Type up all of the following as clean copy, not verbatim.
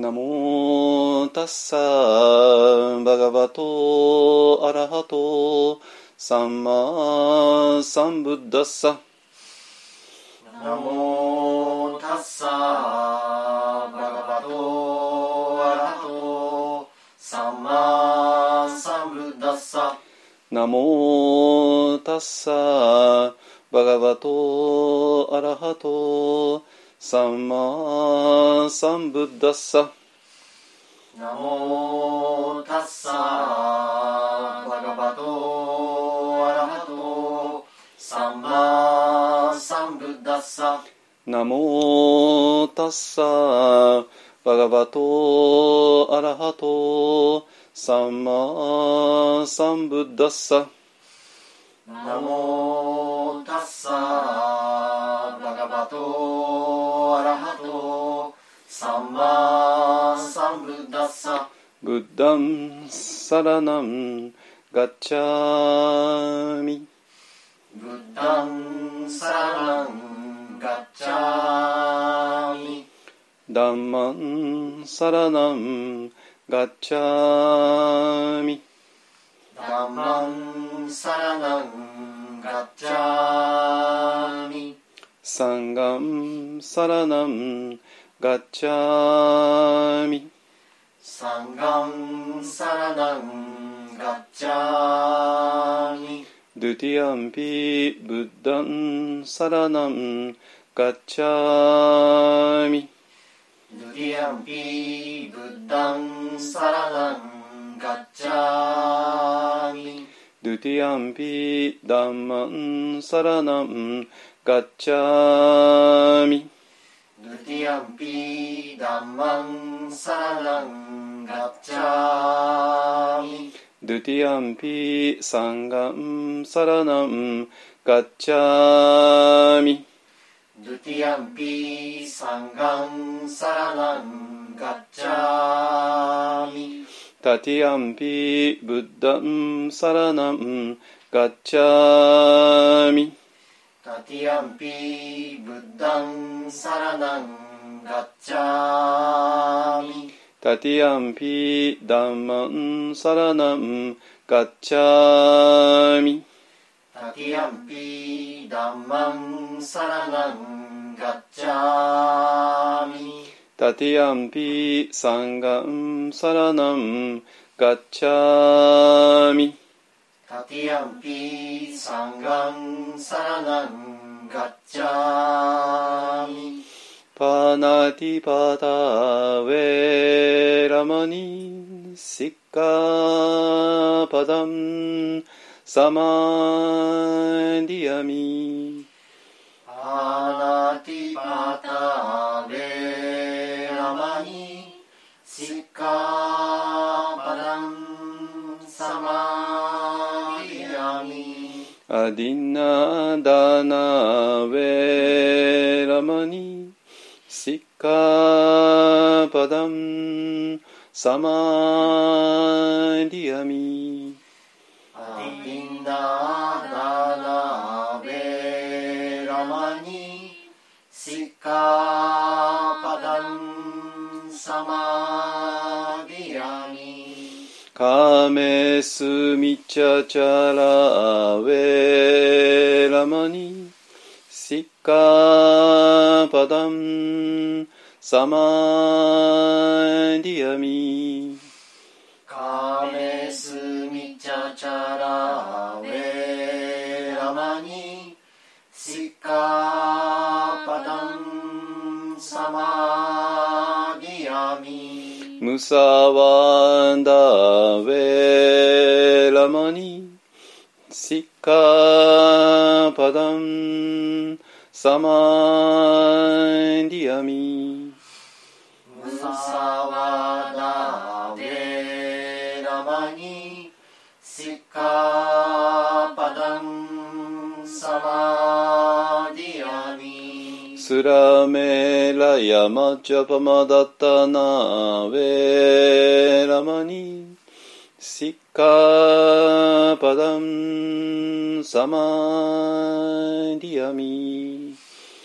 ナモタッサーバガバトアラハトサンマサンブッダッサ。 ナモタッサーバガバトアラハトサンマサンブッダッサ。 ナモタッサーバガバトアラハトサンマサンブッダッサ。 ナモタッサーバガバトアラハトサンマサンブッダッサ。 ナモタッサーバガバトアラハトサンマサンブッダッサ。 ナモタッサーバガバトアラハトサンマサンブッダッサ。 ブッダンサラナンガッチャミ。 ブッダンサラナンガッチャミ。 ダンマンサラナンガッチャミ。 ダンマンサラナンガッチャミ。 サンガンサラナンガッチャミ。 サンガンサラナンガッチャミ。 ドゥティアンピブッダンサラナンガッチャミ。 ドゥティアンピブッダンサラナンガッチャミ。 ドゥティアンピダンマンサラナンガッチャミ。 ドゥティアンピダンマンサラナンガッチャミ。 ドゥティアンピサンガンサラナンガッチャミ。 ドゥティアンピサンガンサラナンガッチャミ。 タティアンピブッダンサラナンガッチャミ。 タティアンピブッダンサラナンガッチャミ。 タティアンピダンマンサラナンガッチャミ。 タティアンピダンマンサラナンガッチャミ。 タティアンピサンガンサラナンガッチャミ。 タティアンピサンガンサラナンガッチャミ。 パナティパタウェラマニシッカパダンサマディアミ。 パナティパタウェラマニシッカパダンサマディアミ。 アディナダナウェラマニシッカパダンサマディアミ。 アディナダナウェラマニシッカパダンサマディアミ。 カメスミチャチャラウェラマニシッカパダンサマディアミ。 カメスミチャチャラウェラマニシッカパダンサマディアミ。 ムサワンダウェラマニシッカパダンサマディアミ。 ムサワダウェラマニシッカパダンサマディアミ。 スラメラヤマチャパマダタナウェラマニシッカパダンサマディアミ。 ス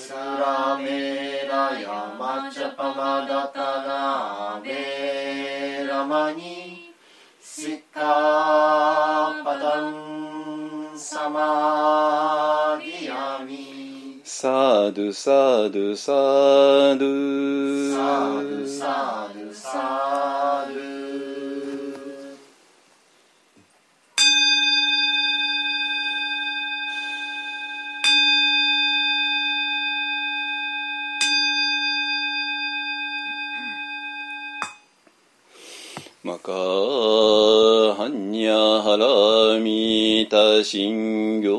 スラメラヤマチャパマダタナベラマニシッカパダンサマディヤミサードサードサードサードサードサードマカハンニャハラミタシンギョ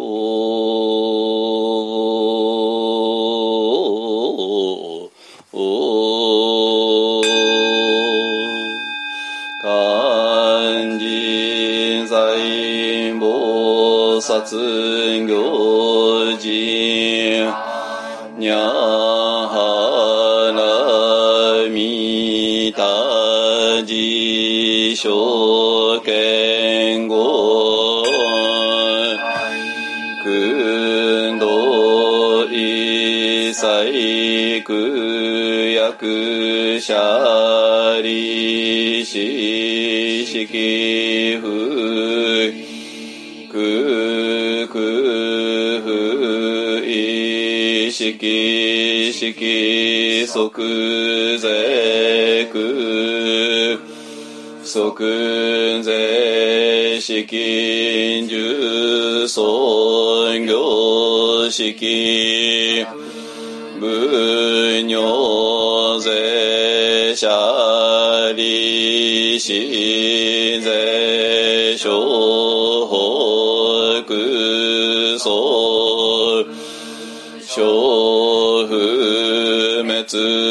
漢字在菩薩行事ニャハラミタ自称剣語訓導一切苦役者利子式不空空意識式即税空即税式重尊業式分尿税者利子税諸法空相小不滅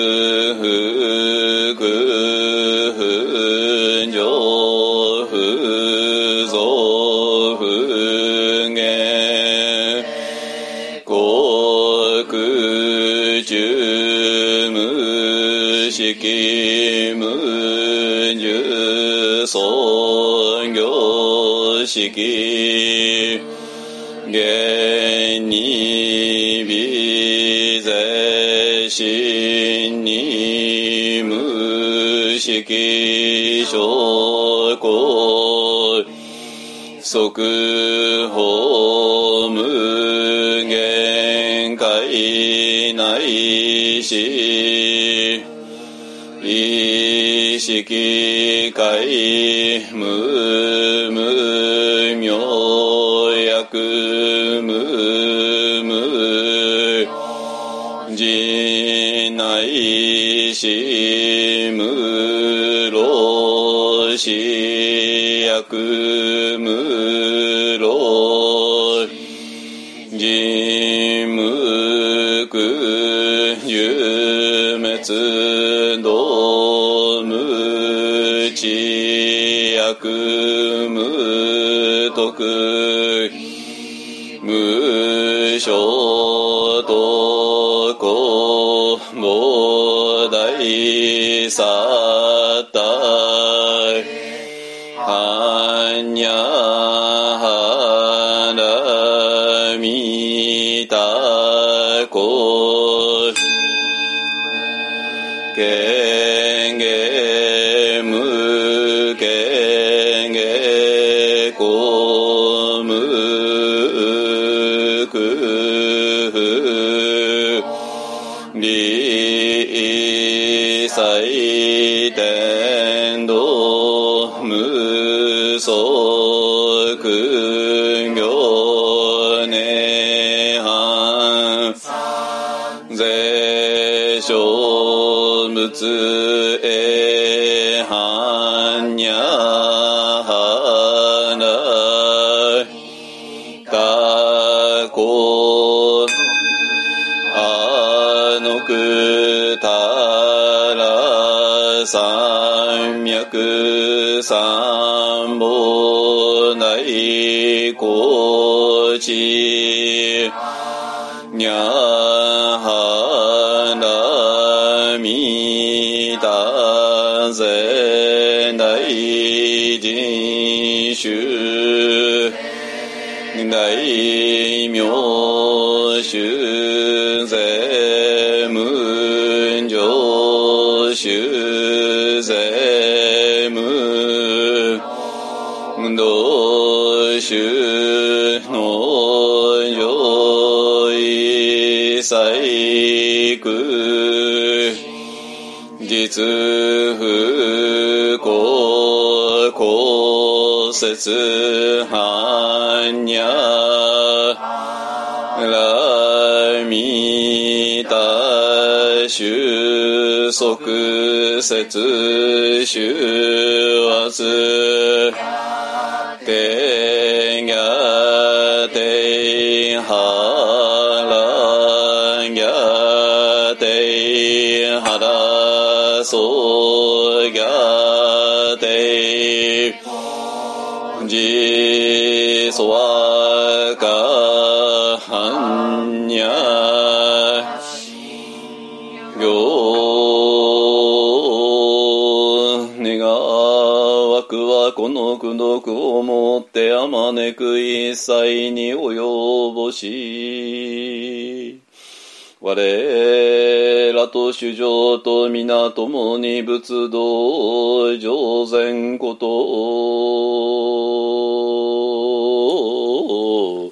不空不上不増不減国中無式無重尊業式現に微税心に無識証拠即法無限界内し意識界無無明薬無無自内し無老死薬無老自無苦有滅道無知薬無徳無所得公菩提サッタハンニャハラミタコ権限無権限公無理祭天道無足行涅槃税小仏へ般若花過去あのくたら三脈三宝内高知にゃはらみたぜ大人衆大名衆ぜの上位細工実不幸公説般若羅弥陀収束説修圧定が定波羅が定波羅僧が定自相和か般若願わくはこの功徳をもってあまねく一切に及ぼし我らと主情と皆共に仏道上善こと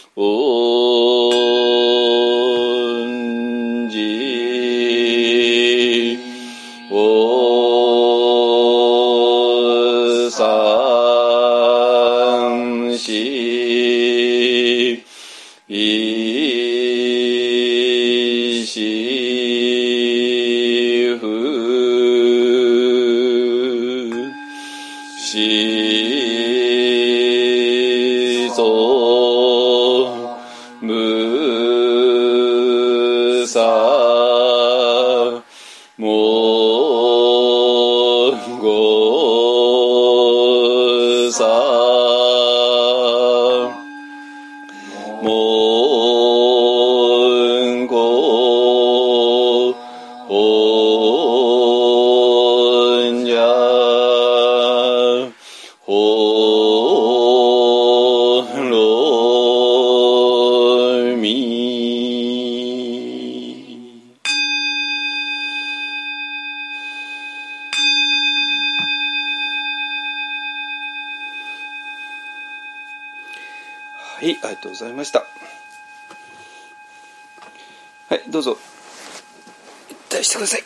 はい、ありがとうございました。はい、どうぞ一体してください。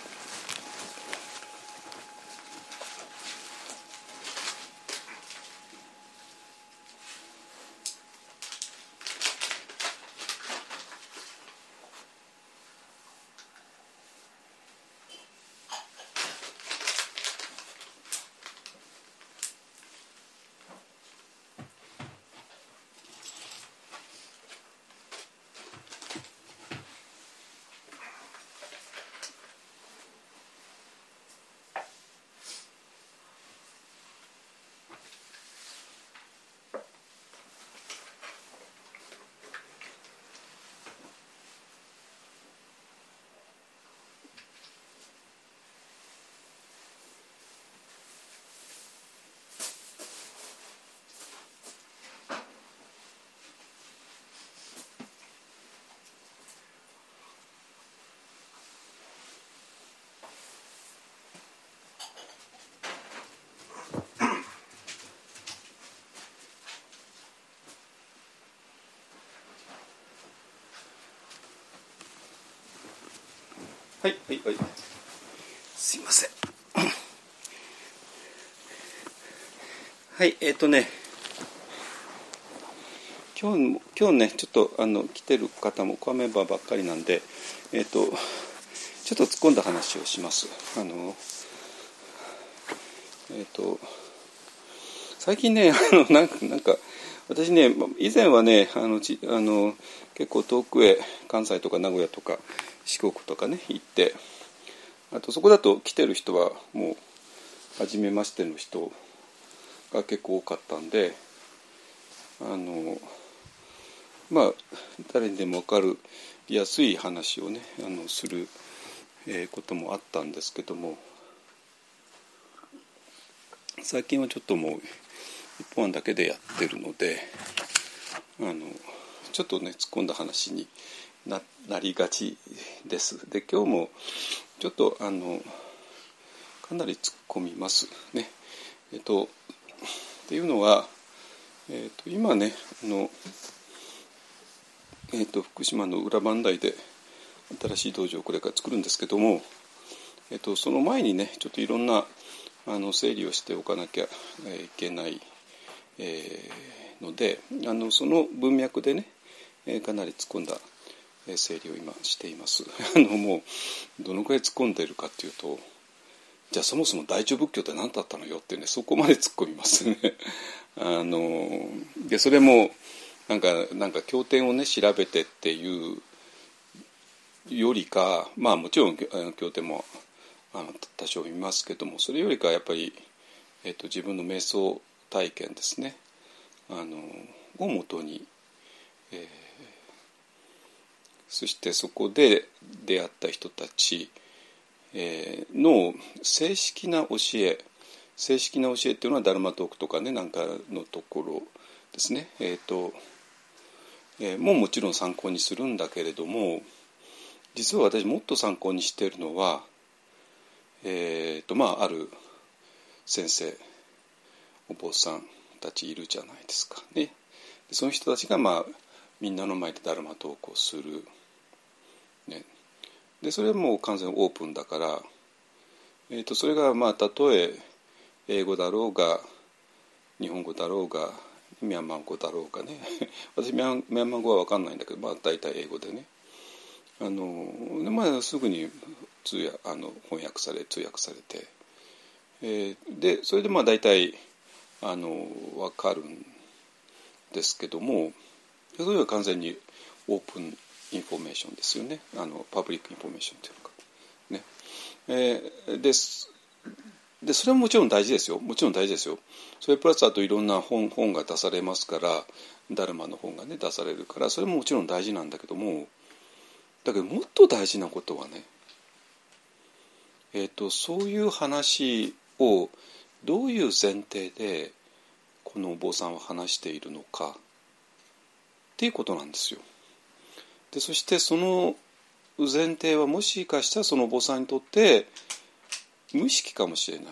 はいはいはい、すいません。はい、今日ねちょっと来てる方もコアメンバーばっかりなんでちょっと突っ込んだ話をします。最近ねなんか私ね以前はね結構遠くへ関西とか名古屋とか四国とかね行って、あとそこだと来てる人はもう初めましての人が結構多かったんで、まあ誰にでも分かる安い話をねすることもあったんですけども、最近はちょっともう一本だけでやってるのでちょっとね突っ込んだ話になりがちです。で今日もちょっとかなり突っ込みますね。っていうのは今ね福島の裏磐梯で新しい道場をこれから作るんですけども、その前にねちょっといろんな整理をしておかなきゃいけない、のでその文脈でね、かなり突っ込んだ整理を今しています。もうどのくらい突っ込んでいるかっていうと、じゃあそもそも大乗仏教って何だったのよってね、そこまで突っ込みますね。でそれもなんか経典をね調べてっていうよりか、まあもちろん経典も多少見ますけども、それよりかやっぱり、自分の瞑想体験ですねをもとに、そしてそこで出会った人たちの正式な教えっていうのはダルマトークとかねなんかのところですね、もちろん参考にするんだけれども、実は私もっと参考にしているのは、ある先生お坊さんたちいるじゃないですかね。その人たちがみんなの前でダルマトークをする、ね、でそれはもう完全オープンだから、それがたとえ英語だろうが日本語だろうがミャンマー語だろうがね私ミャンマー語は分かんないんだけど、大体英語でねすぐに翻訳されて、でそれで大体分かるんですけども、それは完全にオープンインフォメーションですよね。パブリックインフォメーションというのか、でそれはもちろん大事ですよ。それプラスあといろんな本が出されますから、ダルマの本がね出されるから、それももちろん大事なんだけども、だけどもっと大事なことはね、そういう話をどういう前提でこのお坊さんは話しているのかっていうことなんですよ。でそしてその前提はもしかしたらそのお坊さんにとって無意識かもしれない。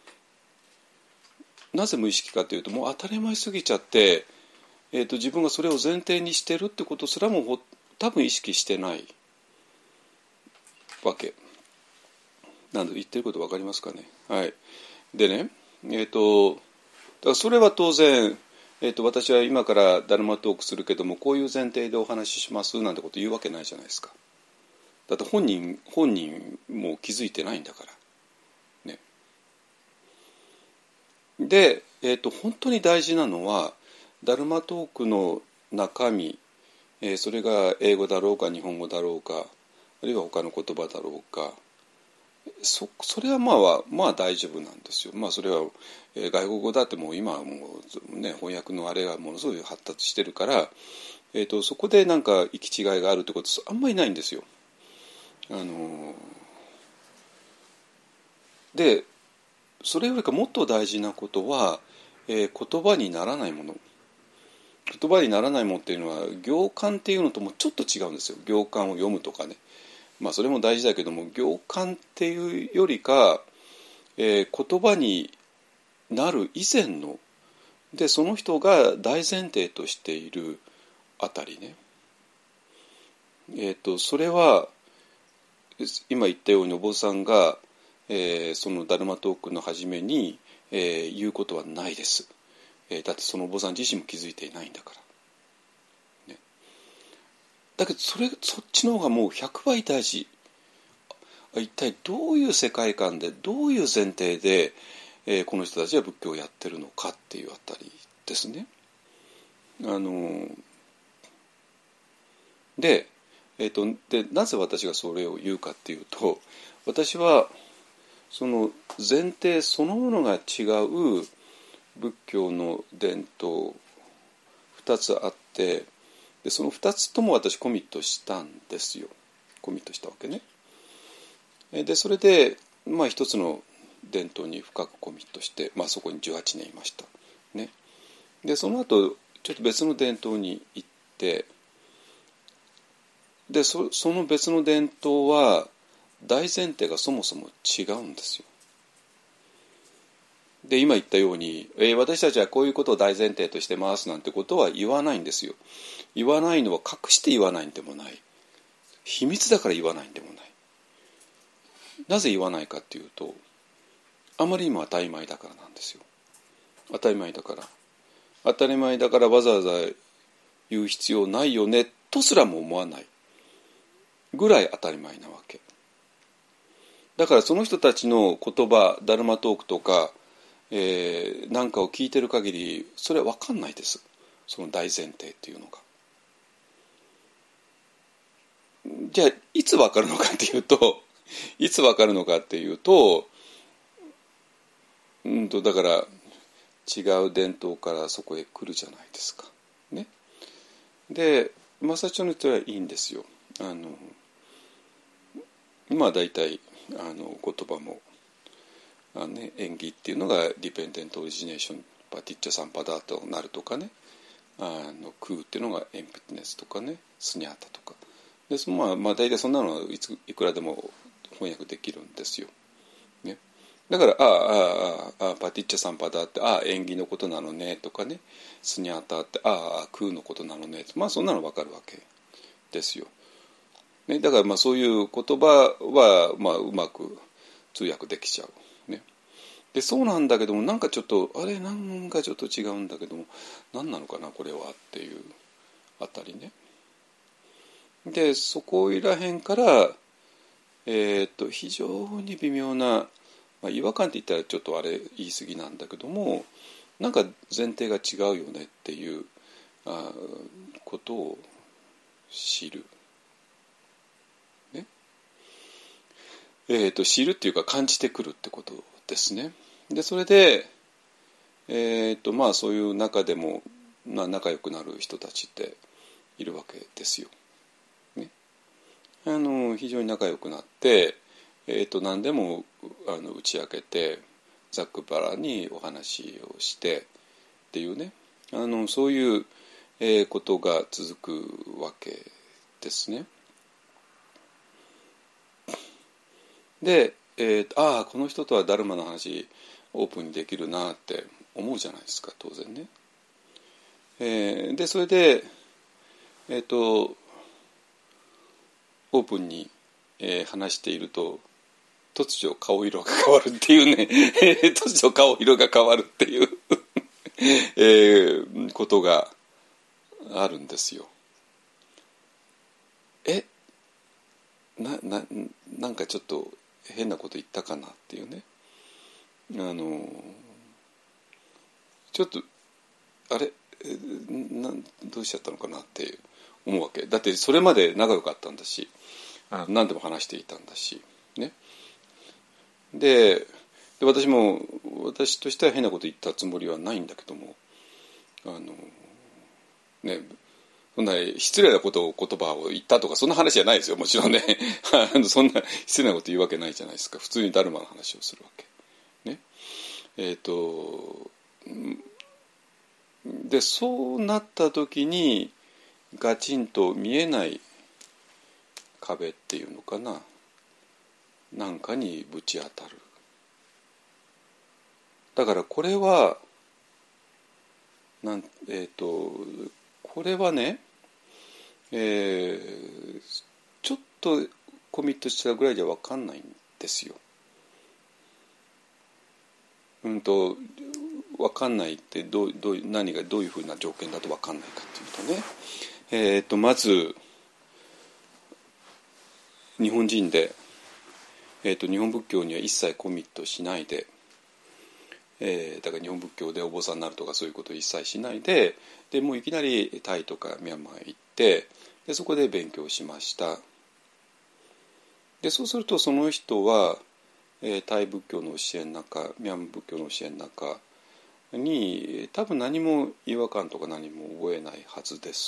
なぜ無意識かというと、もう当たり前すぎちゃって、自分がそれを前提にしてるってことすらも多分意識してないわけなんで、言ってること分かりますかね。はい。でね、だからそれは当然、私は今からダルマトークするけどもこういう前提でお話ししますなんてこと言うわけないじゃないですか。だって本人も気づいてないんだからね。で、本当に大事なのはダルマトークの中身、それが英語だろうか日本語だろうかあるいは他の言葉だろうか、それは大丈夫なんですよ。それは、外国語だってもう今はもう、ね、翻訳のあれがものすごい発達してるから、そこでなんか行き違いがあるってことあんまりないんですよ。でそれよりかもっと大事なことは、言葉にならないものっていうのは行間っていうのともちょっと違うんですよ。行間を読むとかね、それも大事だけども、行間っていうよりか、言葉になる以前のでその人が大前提としているあたりね、それは今言ったようにお坊さんが、そのダルマトークの初めに、言うことはないです。だってそのお坊さん自身も気づいていないんだから、ね、だけどそっちの方がもう100倍大事。一体どういう世界観でどういう前提で、この人たちは仏教をやってるのかっていうあたりですね。でなぜ私がそれを言うかっていうと、私はその前提そのものが違う仏教の伝統2つあって、でその2つとも私コミットしたんですよ。コミットしたわけね。でそれで一つの伝統に深くコミットして、そこに18年いましたね。でその後ちょっと別の伝統に行って、でその別の伝統は大前提がそもそも違うんですよ。 で今言ったように、私たちはこういうことを大前提としてますなんてことは言わないんですよ。言わないのは隠して言わないんでもない、秘密だから言わないんでもない。なぜ言わないかっていうと、あまりにも当たり前だからなんですよ。当たり前だからわざわざ言う必要ないよねとすらも思わないぐらい当たり前なわけだから、その人たちの言葉、ダルマトークとか、なんかを聞いてる限りそれは分かんないです、その大前提っていうのが。じゃあいつ分かるのかっていうとだから違う伝統からそこへ来るじゃないですかね。でマサチョの人はいいんですよ。今はだいたい言葉も演技っていうのがディペンデントオリジネーションパティッチャサンパダートになるとかね、空っていうのがエンプティネスとかね、スニャータとかで、まあ大体そんなのはいくらでも翻訳できるんですよ、ね、だからパティッチャサンパダーって演技のことなのねとかね、スニャータって空のことなのね、まあそんなの分かるわけですよ、ね、だからまあそういう言葉はまあうまく通訳できちゃう、ね、でそうなんだけども、なんかちょっとなんかちょっと違うんだけども、何なのかなこれはっていうあたりね。でそこら辺から、非常に微妙な、違和感って言ったらちょっと言い過ぎなんだけども、なんか前提が違うよねっていうことを知る、ね、知るっていうか感じてくるってことですね。でそれで、まあそういう中でも、仲良くなる人たちっているわけですよ。非常に仲良くなって、何でも打ち明けてざっくばらにお話をしてっていうね、そういう、ことが続くわけですね。で、この人とはダルマの話オープンにできるなって思うじゃないですか、当然ね。でそれでオープンに、話していると突如顔色が変わるっていうね突如顔色が変わるっていうことがあるんですよ。なんかちょっと変なこと言ったかなっていうね、ちょっとどうしちゃったのかなって思うわけだって、それまで仲良かったんだし、何でも話していたんだしね。で私としては変なこと言ったつもりはないんだけども、そんな失礼な言葉を言ったとかそんな話じゃないですよ、もちろんねそんな失礼なこと言うわけないじゃないですか。普通にダルマの話をするわけね。でそうなった時にガチンと見えない壁っていうのかな、なんかにぶち当たる。だからこれはこれはね、ちょっとコミットしたぐらいじゃ分かんないんですよ。分かんないって何がどういうふうな条件だと分かんないかっていうとね、まず日本人で、日本仏教には一切コミットしないで、だから日本仏教でお坊さんになるとかそういうことを一切しないで、もういきなりタイとかミャンマーへ行って、でそこで勉強しました。でそうするとその人は、タイ仏教の教えの中、ミャンマー仏教の教えの中に多分何も違和感とか何も覚えないはずです。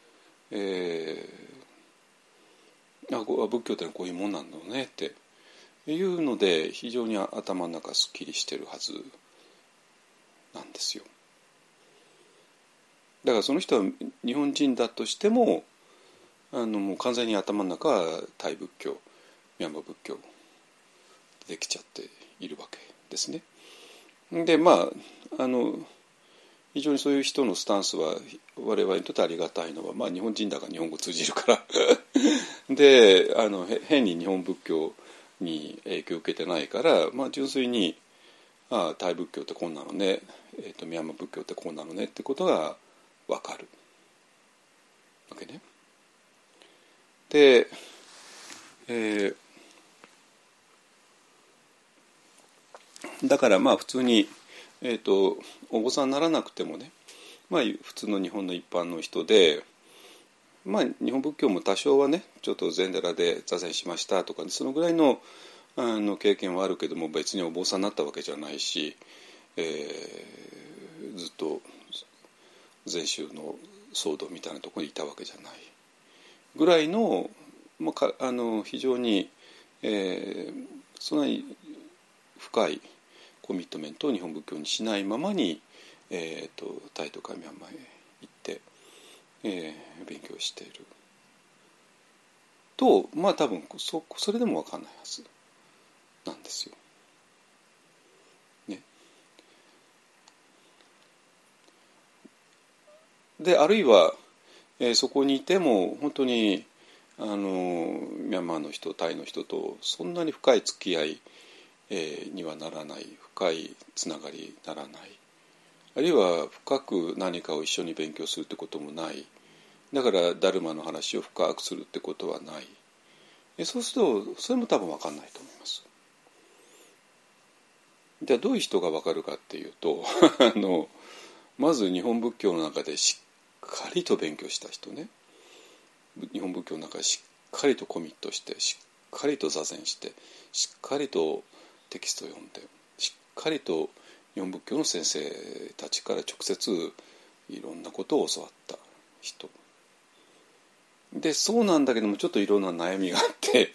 仏教ってのはこういうもんなんだろうねっていうので、非常に頭の中すっきりしてるはずなんですよ。だからその人は日本人だとしてももう完全に頭の中はタイ仏教、ミャンマー仏教できちゃっているわけですね。 で非常にそういう人のスタンスは我々にとってありがたいのは、日本人だから日本語通じるからで変に日本仏教に影響を受けてないから、純粋にタイ仏教ってこんなのね、ミャンマー仏教ってこんなのねってことが分かるわけね。で、だから普通に、お坊さんにならなくてもね、普通の日本の一般の人で、日本仏教も多少はねちょっと禅寺で座禅しましたとか、そのぐらいの経験はあるけども、別にお坊さんになったわけじゃないし、ずっと禅宗の僧堂みたいなところにいたわけじゃないぐらいの、非常に、そんなに深いコミットメントを日本仏教にしないままに、タイとかミャンマーへ行って、勉強していると、多分それでも分かんないはずなんですよ。ね。であるいは、そこにいても本当にミャンマーの人タイの人とそんなに深い付き合い、にはならない、深いつながりにならない、あるいは深く何かを一緒に勉強するってこともない、だからダルマの話を深くするってことはない。そうするとそれも多分分かんないと思います。じゃあどういう人が分かるかっていうとまず日本仏教の中でしっかりと勉強した人ね、日本仏教の中でしっかりとコミットして、しっかりと座禅して、しっかりとテキストを読んで、しっかりと日本仏教の先生たちから直接いろんなことを教わった人で、そうなんだけどもちょっといろんな悩みがあって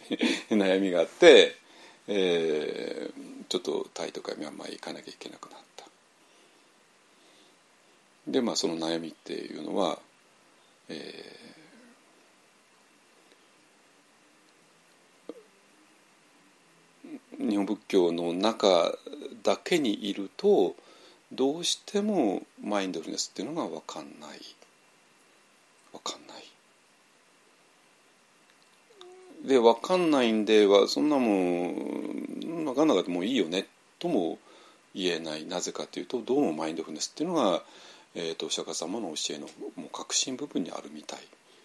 ちょっとタイとかミャンマーへ行かなきゃいけなくなった。でその悩みっていうのは、日本仏教の中だけにいるとどうしてもマインドフルネスっていうのが分かんない。で分かんないんではそんなもん分かんなかったらもういいよねとも言えない。なぜかというとどうもマインドフルネスっていうのが、お釈迦様の教えのもう核心部分にあるみたい、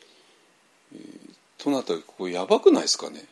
となったらこれやばくないですかね。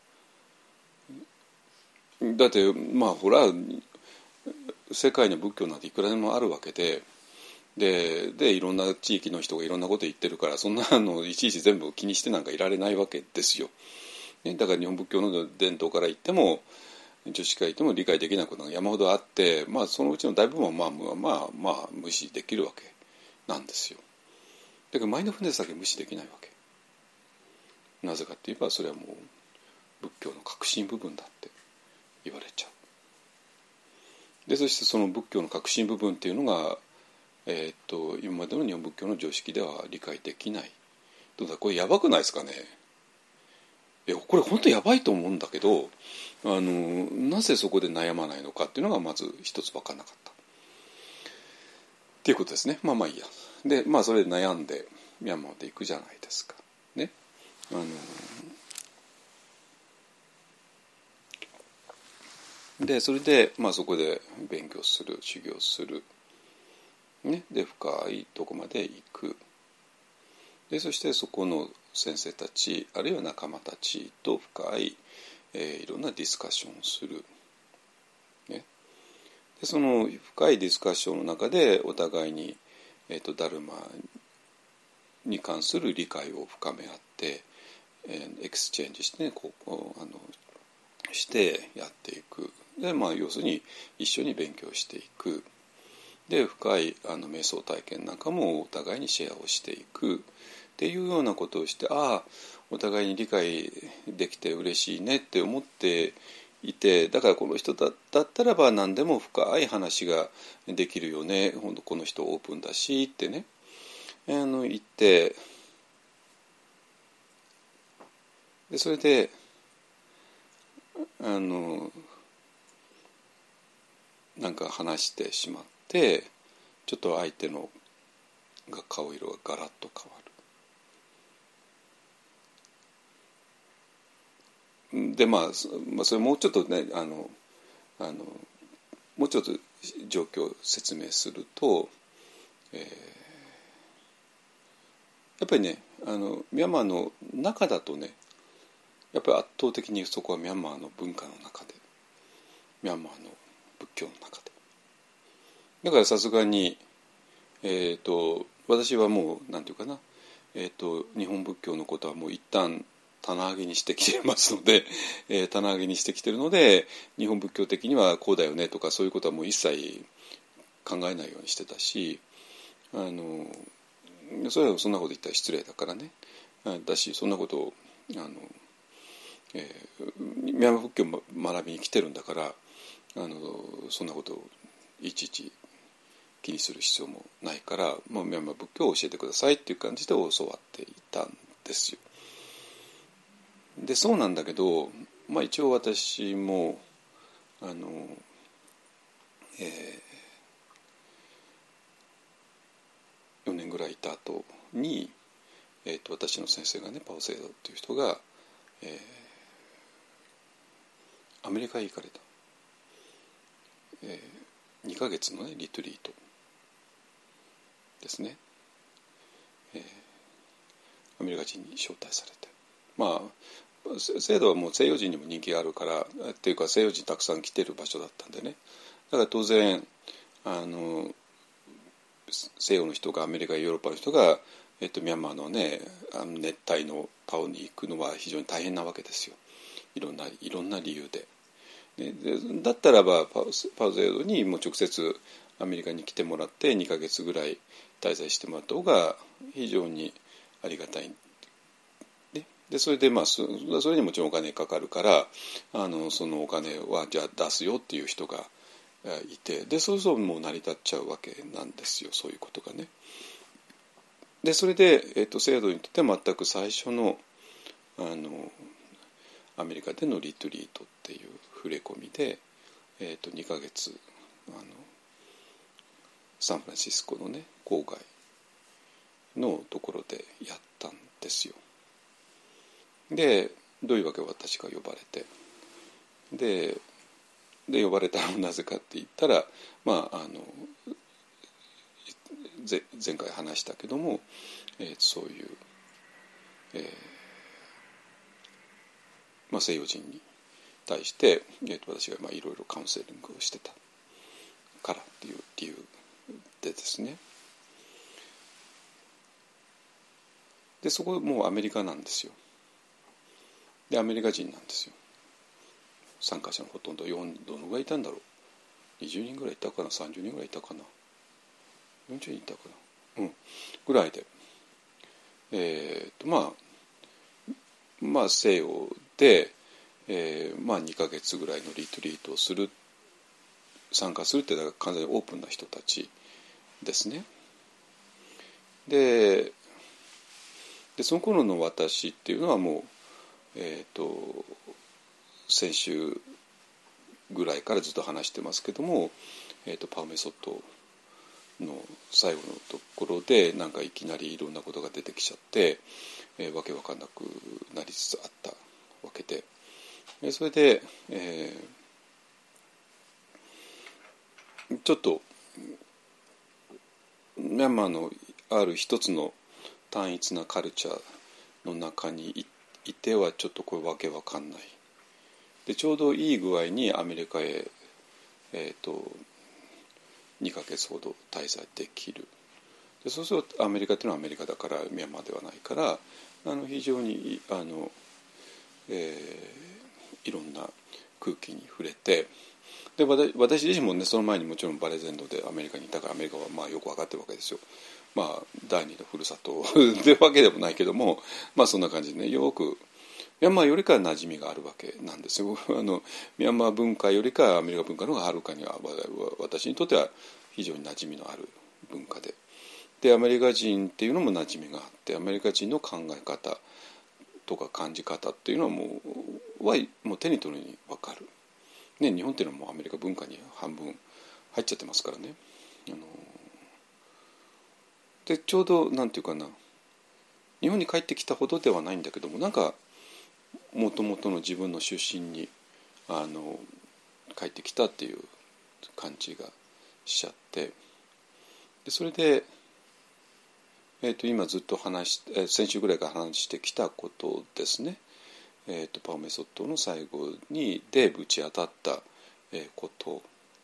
だってほら世界に仏教なんていくらでもあるわけで、いろんな地域の人がいろんなこと言ってるから、そんなのいちいち全部気にしてなんかいられないわけですよ。だから日本仏教の伝統から言っても常識から言っても理解できないことが山ほどあって、そのうちの大部分は無視できるわけなんですよ。だけどマインドフルネスだけ無視できないわけ。なぜかって言えばそれはもう仏教の核心部分だって言われちゃう。でそしてその仏教の核心部分っていうのが、今までの日本仏教の常識では理解できない。どうだこれやばくないですかね。これ本当やばいと思うんだけど、なぜそこで悩まないのかっていうのがまず一つ分からなかったっていうことですね。いいや。でそれで悩んでミャンマーで行くじゃないですかね。でそれでそこで勉強する、修行する、ね、で深いとこまで行く。でそしてそこの先生たちあるいは仲間たちと深い、いろんなディスカッションをする、ね、でその深いディスカッションの中でお互いに、ダルマに関する理解を深め合って、エクスチェンジして、ね、してやっていく。で要するに一緒に勉強していく。で深い瞑想体験なんかもお互いにシェアをしていくっていうようなことをして、お互いに理解できて嬉しいねって思っていて、だからこの人だったらば何でも深い話ができるよね、ほんとこの人オープンだしってね、言って、でそれでなんか話してしまってちょっと相手の顔色がガラッと変わる。でそれもうちょっとねもうちょっと状況を説明すると、やっぱりねミャンマーの中だとねやっぱり圧倒的にそこはミャンマーの文化の中でミャンマーの仏教の中でだからさすがに私はもうなんていうかな日本仏教のことはもう一旦棚上げにしてきてますので、棚上げにしてきてるので日本仏教的にはこうだよねとかそういうことはもう一切考えないようにしてたしそれはそんなこと言ったら失礼だからねだしそんなことをミャンマー仏教を学びに来てるんだからそんなことをいちいち気にする必要もないから、ミャンマー仏教を教えてくださいっていう感じで教わっていたんですよ。でそうなんだけど、一応私も4年ぐらいいた後に、私の先生がねパオセイドっていう人が、アメリカへ行かれた、2ヶ月のねリトリートですね、アメリカ人に招待されて制度はもう西洋人にも人気があるからっていうか西洋人たくさん来てる場所だったんでねだから当然西洋の人がアメリカやヨーロッパの人が、ミャンマーのね熱帯のパオに行くのは非常に大変なわけですよいろんな理由で。でだったらばパウゼードにもう直接アメリカに来てもらって2ヶ月ぐらい滞在してもらった方が非常にありがたい。でそれでそれにもちろんお金かかるからそのお金はじゃあ出すよっていう人がいてでそうするともう成り立っちゃうわけなんですよそういうことがね。でそれで、制度にとっては全く最初のアメリカでのリトリートっていう触れ込みで、2ヶ月サンフランシスコのね郊外のところでやったんですよ。でどういうわけ私が呼ばれてで呼ばれたのはなぜかって言ったら前回話したけども、そういう、西洋人に対して、私がいろいろカウンセリングをしてたからっていう理由でですね。でそこもうアメリカなんですよ。でアメリカ人なんですよ。参加者のほとんどどのぐらいいたんだろう20人ぐらいいたかな30人ぐらいいたかな40人いたかなぐらいで西洋で、2ヶ月ぐらいのリトリートを参加するってだから完全にオープンな人たちですね。でその頃の私っていうのはもう先週ぐらいからずっと話してますけども、パウメソッドの最後のところでなんかいきなりいろんなことが出てきちゃって、わけわかんなくなりつつあったわけで、それで、ちょっとミャンマーのある一つの単一なカルチャーの中にいてはちょっとこれわけわかんないでちょうどいい具合にアメリカへ、2ヶ月ほど滞在できるでそうするとアメリカっていうのはアメリカだからミャンマーではないから非常にいろんな空気に触れてで私自身もねその前にもちろんバレー全土でアメリカにいたからアメリカはよく分かってるわけですよ。第二のふるさとってわけでもないけどもそんな感じでねよくミャンマーよりかは馴染みがあるわけなんですよ。ミャンマー文化よりかアメリカ文化の方がはるかには私にとっては非常に馴染みのある文化でアメリカ人っていうのも馴染みがあってアメリカ人の考え方とか感じ方っていうのはもう手に取るに分かる、ね、日本っていうのはもうアメリカ文化に半分入っちゃってますからね。でちょうどなんていうかな、日本に帰ってきたほどではないんだけども、なんかもともとの自分の出身に帰ってきたっていう感じがしちゃって、でそれで、今ずっと先週ぐらいから話してきたことですね。パオメソッドの最後でぶち当たったこと、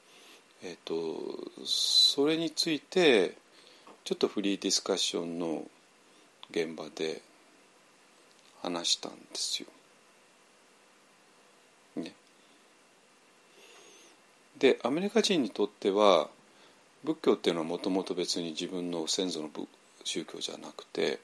それについてちょっとフリーディスカッションの現場で話したんですよ。ね。でアメリカ人にとっては仏教っていうのはもともと別に自分の先祖の宗教じゃなくて、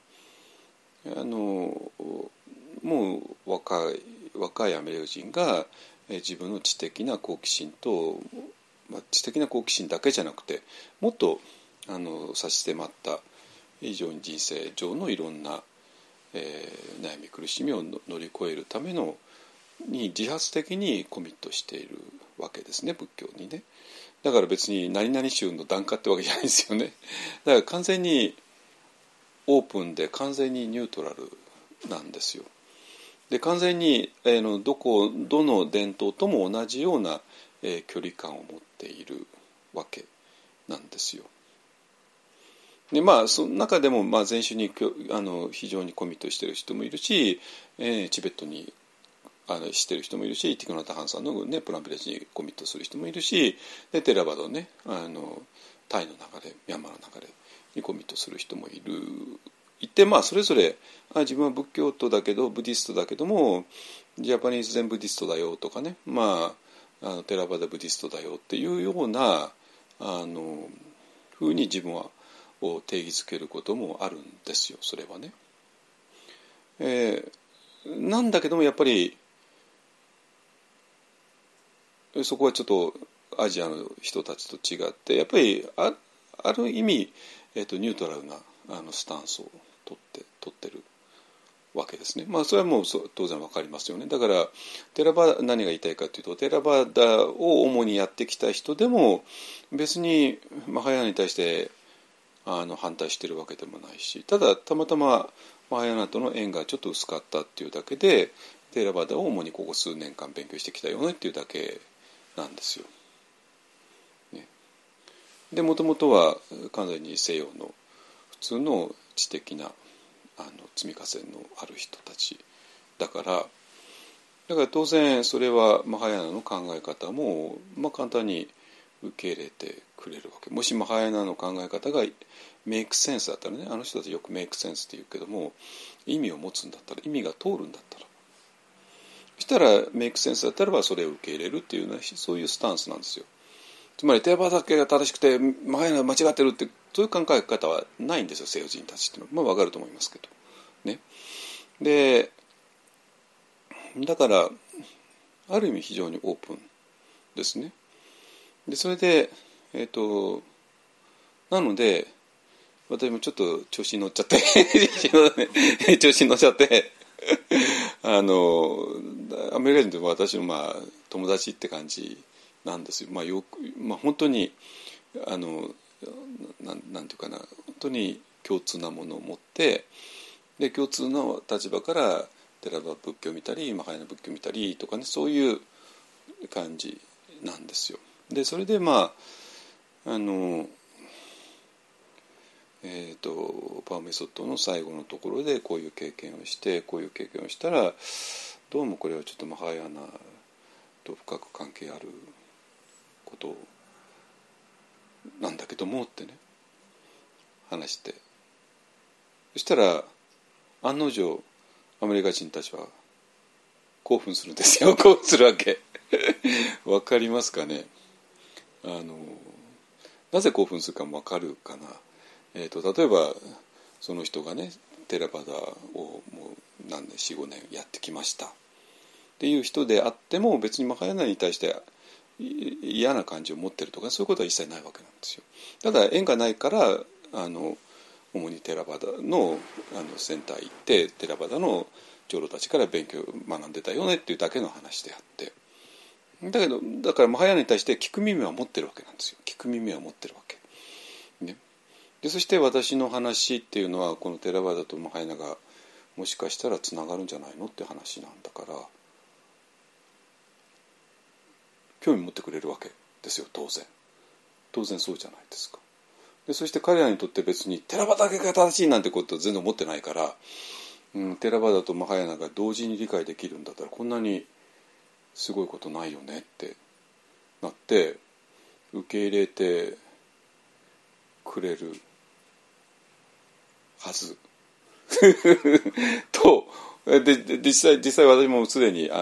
もう若いアメリカ人が自分の知的な好奇心と、知的な好奇心だけじゃなくてもっと差し迫った非常に人生上のいろんな、悩み苦しみを乗り越えるためのに自発的にコミットしているわけですね、仏教にね。だから別に何々宗の檀家ってわけじゃないんですよね。だから完全にオープンで完全にニュートラルなんですよ。で完全にどの伝統とも同じような、距離感を持っているわけなんですよ。でその中でも禅宗に非常にコミットしている人もいるし、チベットにしてる人もいるし、ティクナタハンさんの、ね、プランビレッジにコミットする人もいるし、でテラバドね、タイの流れ、ミャンマーの流れにコミットする人もいて、それぞれ自分は仏教徒だけどブディストだけどもジャパニーズ全ブディストだよとかね、テラバダブディストだよっていうようなふうに自分を定義づけることもあるんですよ、それはね。なんだけどもやっぱりそこはちょっとアジアの人たちと違ってやっぱりある意味、ニュートラルなスタンスを取ってるわけですね。それはもう当然わかりますよね。だから何が言いたいかというと、テラバダを主にやってきた人でも別にマハヤーナに対して反対してるわけでもないし、たまたまマハヤーナとの縁がちょっと薄かったっていうだけでテラバダを主にここ数年間勉強してきたよねっていうだけなんですよ。ね、でもともとは完全に西洋の普通の知的な積み重ねのある人たちだから当然それはマハヤーナの考え方も、簡単に受け入れてくれるわけ。もしマハヤーナの考え方がメイクセンスだったらね、あの人たちよくメイクセンスって言うけども、意味を持つんだったら、意味が通るんだったら、そしたらメイクセンスだったらばそれを受け入れるっていうのはそういうスタンスなんですよ。つまりテーバだけが正しくてマハヤーナ間違ってるってそういう考え方はないんですよ、西洋人たちっていうのは。分かると思いますけどね。でだからある意味非常にオープンですね。でそれでなので私もちょっと調子に乗っちゃって調子に乗っちゃってアメリカ人と私の友達って感じなんですよ。本当になんていうかな、本当に共通なものを持って、で共通の立場からテラバ仏教を見たりマハヤーナ仏教を見たりとかね、そういう感じなんですよ。でそれでパオメソッドの最後のところでこういう経験をしてこういう経験をしたらどうもこれはちょっとマハヤーナと深く関係あることなんだけどもってね話して、そしたら案の定アメリカ人たちは興奮するんですよ。興奮するわけわかりますかね。なぜ興奮するかもわかるかな。例えばその人がねテラバダをもう何年 4,5 年やってきましたっていう人であっても別にマハヤーナに対して嫌な感じを持ってるとかそういうことは一切ないわけなんですよ。ただ縁がないから主にテラバダのセンター行ってテラバダの長老たちから勉強を学んでたよねっていうだけの話であって、 だからマハヤーナに対して聞く耳は持ってるわけなんですよ。聞く耳は持ってるわけ、ね、でそして私の話っていうのはこのテラバーダとマハヤーナがもしかしたらつながるんじゃないのって話なんだから興味持ってくれるわけですよ。当然そうじゃないですか。でそして彼らにとって別にテラバダだけが正しいなんてことは全然思ってないから、テラバダとマハヤーナが同時に理解できるんだったらこんなにすごいことないよねってなって受け入れてくれるはずとで実際私もすでに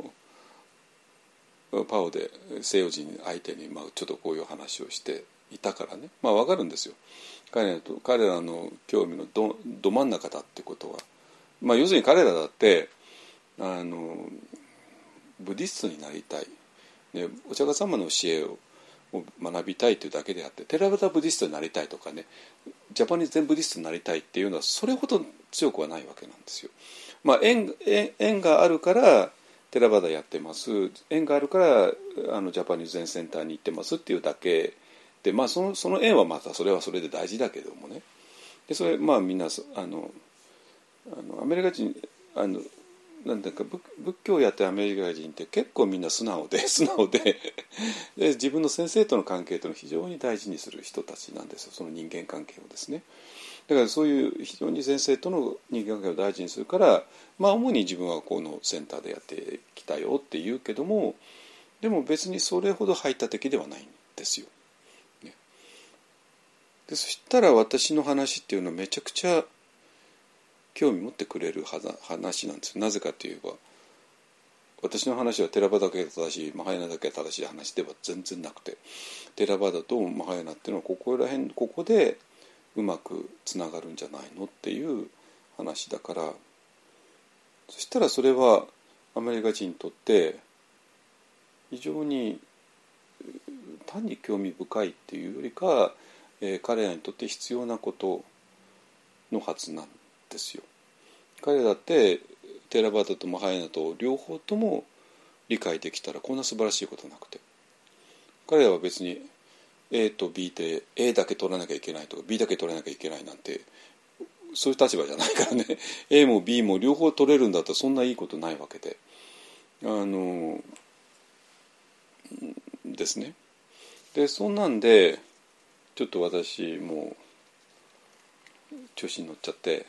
パオで西洋人相手にちょっとこういう話をしていたからね、分かるんですよ。彼らの興味のど真ん中だってことは、要するに彼らだってブディストになりたい、ね、お釈迦様の教えを学びたいというだけであってテラバダブディストになりたいとかねジャパニーズ・ゼン・ブディストになりたいっていうのはそれほど強くはないわけなんですよ。縁があるからテラバダやってます、縁があるからジャパニーズ・ゼンセンターに行ってますっていうだけで、その縁はまたそれはそれで大事だけどもね。でそれみんなアメリカ人なんだか仏教をやってるアメリカ人って結構みんな素直でで自分の先生との関係というのを非常に大事にする人たちなんですよ。その人間関係をですね。だからそういう非常に先生との人間関係を大事にするから主に自分はこのセンターでやってきたよって言うけどもでも別にそれほど排他的ではないんですよ。ね、でそしたら私の話っていうのはめちゃくちゃ興味持ってくれる話なんですよ。なぜかといえば私の話はテラバダだけが正しいマハヤーナだけが正しい話では全然なくてテラバダとマハヤーナっていうのはここでうまくつながるんじゃないのっていう話だからそしたらそれはアメリカ人にとって非常に単に興味深いっていうよりか、彼らにとって必要なことのはずなんですよ。彼らだってテラバダとマハヤーナと両方とも理解できたらこんな素晴らしいことなくて彼らは別に A と B で A だけ取らなきゃいけないとか B だけ取らなきゃいけないなんてそういう立場じゃないからねA も B も両方取れるんだったらそんないいことないわけでですね。でそんなんでちょっと私も調子に乗っちゃって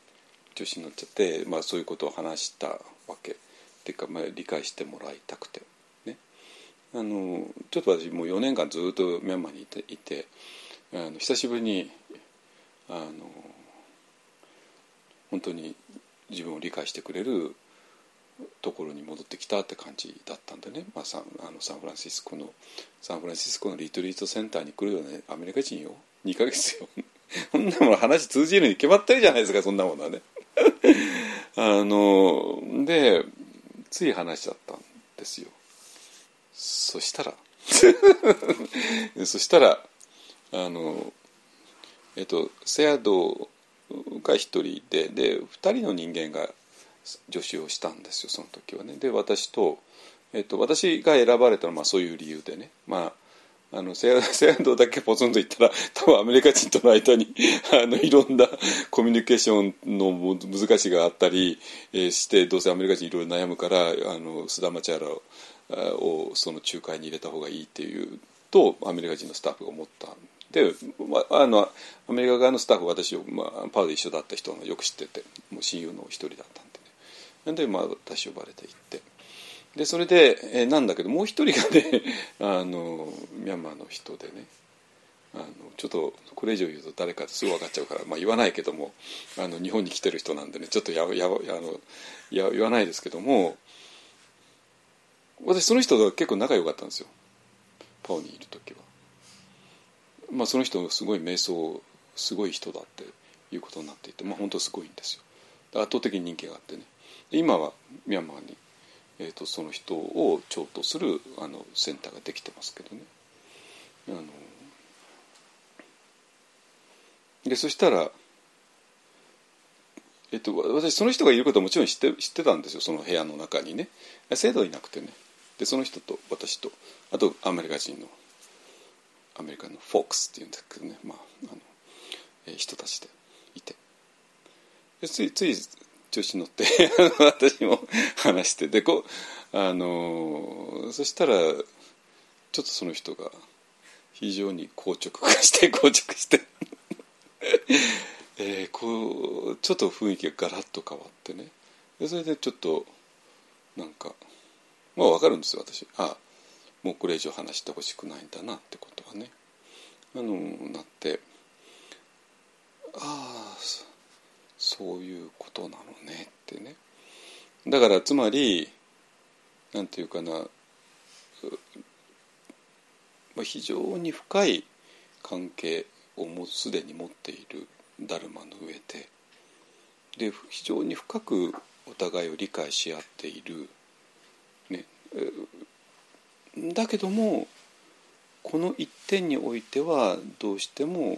そういうことを話したわけっていうか、理解してもらいたくてねちょっと私もう4年間ずっとミャンマーにいて久しぶりに本当に自分を理解してくれるところに戻ってきたって感じだったんでね、サンフランシスコのリトリートセンターに来るよねアメリカ人よ2ヶ月よそんなもの話通じるに決まってるじゃないですかそんなものはねでつい話しちゃったんですよ。そしたらセアドが一人で2人の人間が助手をしたんですよその時はね。で私と、私が選ばれたのはそういう理由でねセアドだけポツンと言ったら多分アメリカ人との間にいろんなコミュニケーションの難しがあったりしてどうせアメリカ人いろいろ悩むからスダマチャーラをその仲介に入れた方がいいっていうとアメリカ人のスタッフが思ったんでアメリカ側のスタッフ私を、パウで一緒だった人がよく知っててもう親友の一人だったんでねで私呼ばれて行ってでそれで、なんだけどもう一人がねミャンマーの人でねちょっとこれ以上言うと誰かってすぐ分かっちゃうから、言わないけども日本に来てる人なんでねちょっと言わないですけども私その人と結構仲良かったんですよパオにいる時は。その人すごい瞑想すごい人だっていうことになっていて本当すごいんですよ。圧倒的に人気があってね今はミャンマーにその人を長とするセンターができてますけどねでそしたら、私その人がいることはもちろん知ってたんですよその部屋の中にね。生徒いなくてねでその人と私とあとアメリカのフォックスっていうんだけどね、人たちでいて、でつい調子に乗って私も話して、でそしたらちょっとその人が非常に硬直してこうちょっと雰囲気がガラッと変わってね、でそれでちょっとなんか分かるんですよ私。もうこれ以上話してほしくないんだなってことがねなって、そういうことなのねってね。だからつまりなんていうかな、非常に深い関係をもうすでに持っているダルマの上で非常に深くお互いを理解し合っている、ね、だけどもこの一点においてはどうしても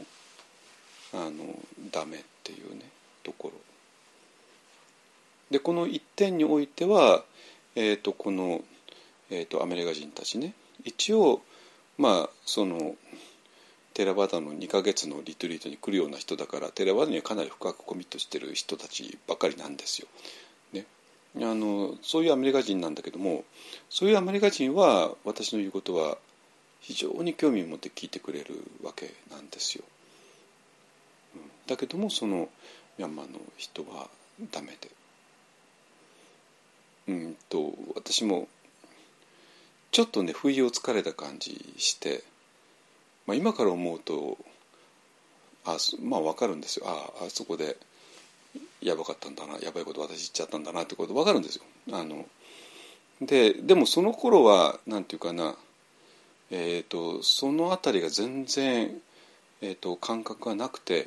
ダメっていうねところで、この一点においては、この、アメリカ人たちね、一応そのテラバダの2ヶ月のリトリートに来るような人だから、テラバダにはかなり深くコミットしてる人たちばかりなんですよ、ね、そういうアメリカ人なんだけども、そういうアメリカ人は私の言うことは非常に興味を持って聞いてくれるわけなんですよ、だけどもそのミャンマーの人はダメで、私もちょっとね不意をつかれた感じして、今から思うと分かるんですよ。あそこでやばかったんだな、やばいこと私言っちゃったんだなってこと分かるんですよ。でもその頃はなんていうかな、そのあたりが全然、感覚がなくて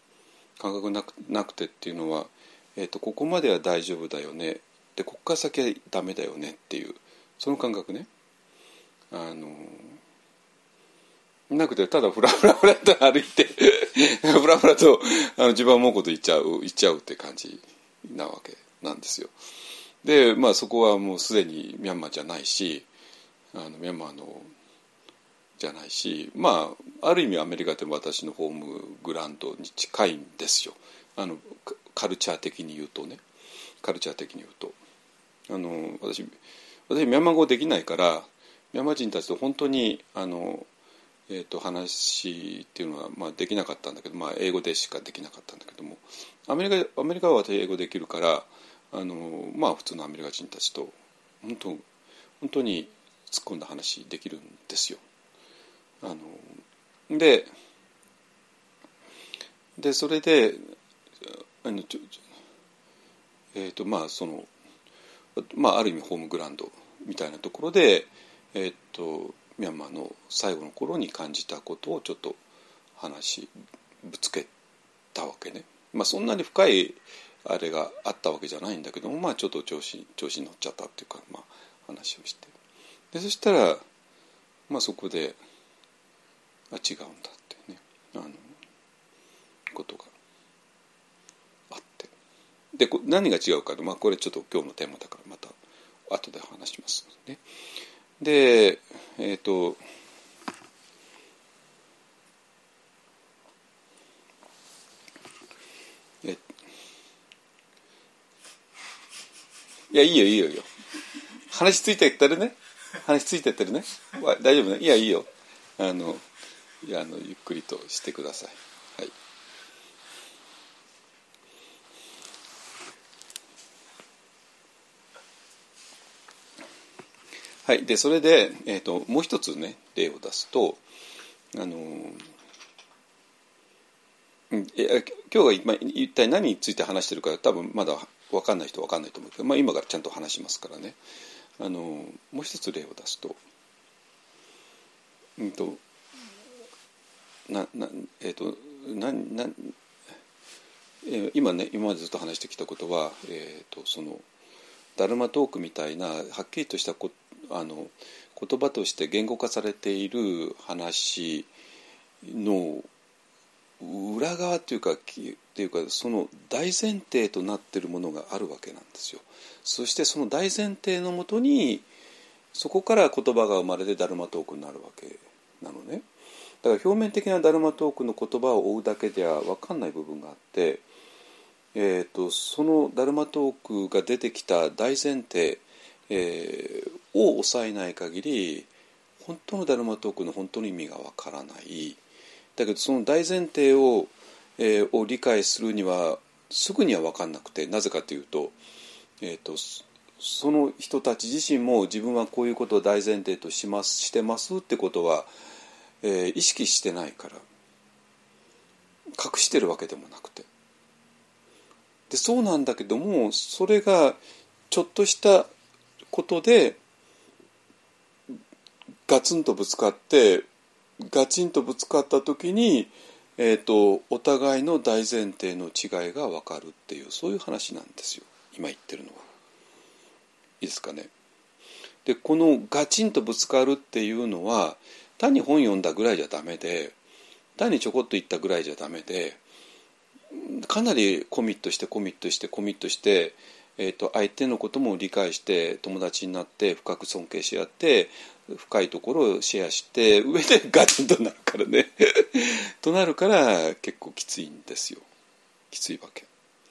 っていうのは、ここまでは大丈夫だよね、でここから先はダメだよねっていうその感覚ね、なくて、ただフラフラと歩いてフラフラと自分は思うこと言っちゃうって感じなわけなんですよ。でそこはもうすでにミャンマーじゃないし、ミャンマーのじゃないし、ある意味アメリカでも私のホームグラウンドに近いんですよ。カルチャー的に言うとね、私ミャンマー語できないから、ミャンマー人たちと本当に話っていうのはできなかったんだけど、英語でしかできなかったんだけども、アメリカは私英語できるから、普通のアメリカ人たちと本当に突っ込んだ話できるんですよ。でそれでそのある意味ホームグラウンドみたいなところでミャンマーの最後の頃に感じたことをちょっとぶつけたわけね。そんなに深いあれがあったわけじゃないんだけども、ちょっと調子に乗っちゃったっていうか、話をして、でそしたらそこで違うんだってねことがあって、で何が違うかで、これちょっと今日のテーマだからまた後で話しますね。でいやいいよ話ついていってるね大丈夫ね。いいよゆっくりとしてください。はい、でそれで、もう一つね例を出すと、今日が一体何について話してるか多分まだ分かんない人は分かんないと思うけど、今からちゃんと話しますからね。もう一つ例を出すと、今までずっと話してきたことは、そのダルマトークみたいなはっきりとした言葉として言語化されている話の裏側っていうかその大前提となっているものがあるわけなんですよ。そしてその大前提のもとにそこから言葉が生まれてダルマトークになるわけなのね。だから表面的なダルマトークの言葉を追うだけでは分かんない部分があって、そのダルマトークが出てきた大前提、を抑えない限り本当のダルマトークの本当の意味が分からない。だけどその大前提を理解するにはすぐには分かんなくて、なぜかというと、その人たち自身も自分はこういうことを大前提としてますってことは、意識してないから、隠してるわけでもなくて、でそうなんだけども、それがちょっとしたことでガツンとぶつかって、ガチンとぶつかった時に、お互いの大前提の違いが分かるっていう、そういう話なんですよ、今言ってるのは。いいですかね。でこのガチンとぶつかるっていうのは単に本読んだぐらいじゃダメで、単にちょこっと言ったぐらいじゃダメで、かなりコミットして、相手のことも理解して友達になって深く尊敬し合って、深いところをシェアして上でガチンとなるからねとなるから結構きついんですよ。きついわけ。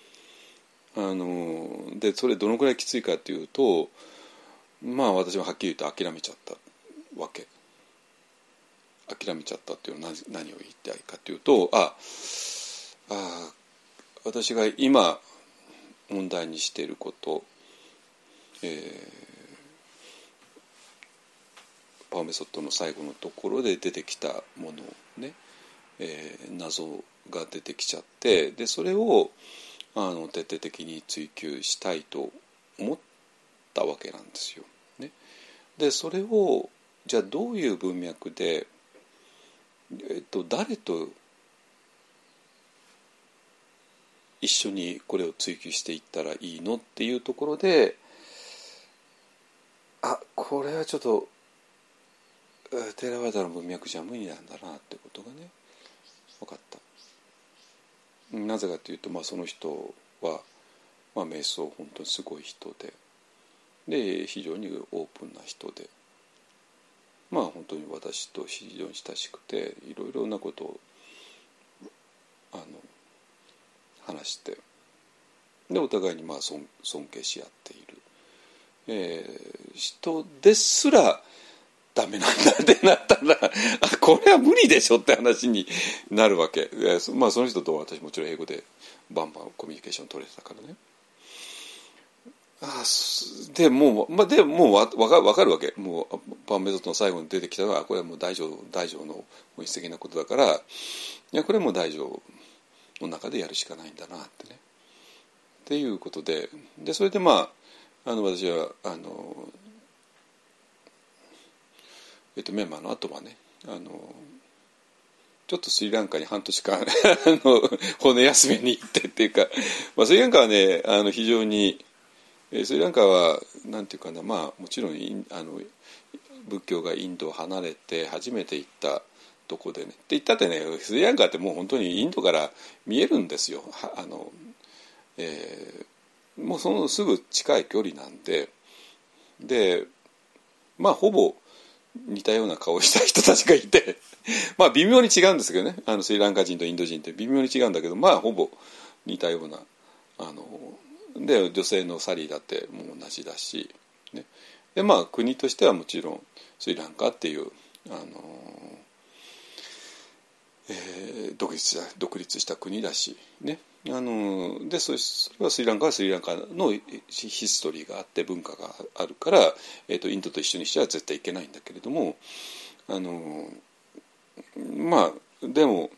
でそれどのくらいきついかっていうと、まあ私ははっきり言って諦めちゃったわけ。諦めちゃったっていうのは何を言いたいかというと、私が今問題にしていること、パワーメソッドの最後のところで出てきたものね、謎が出てきちゃって、でそれを徹底的に追求したいと思ったわけなんですよ、ね。でそれをじゃあどういう文脈で、誰と一緒にこれを追求していったらいいのっていうところで、これはちょっとテラワダの文脈じゃ無理なんだなってことがね分かった。なぜかというと、その人は、瞑想本当にすごい人で非常にオープンな人で、本当に私と非常に親しくて、いろいろなことを話して、でお互いに尊敬し合っている、人ですらダメなんだってなったらこれは無理でしょって話になるわけ。その人と私もちろん英語でバンバンコミュニケーション取れてたからね。でもう分かるわけ。もうパワーメソッドの最後に出てきたのは、これはもう大乗の本質的なことだから、これはもう大乗の中でやるしかないんだなってね。っていうことで、それで私はミャンマーの後はね、ちょっとスリランカに半年間骨休めに行ってっていうか、スリランカはね非常にスリランカはなんていうかな、もちろん仏教がインドを離れて初めて行ったとこでね、って言ったってね、スリランカってもう本当にインドから見えるんですよ。もうそのすぐ近い距離なんで、ほぼ似たような顔をした人たちがいて微妙に違うんですけどね、スリランカ人とインド人って微妙に違うんだけど、ほぼ似たようなで、女性のサリーだってもう同じだし、ね、で国としてはもちろんスリランカっていう独立した国だしね、でそれはスリランカはスリランカのヒストリーがあって文化があるから、インドと一緒にしては絶対いけないんだけれども、でも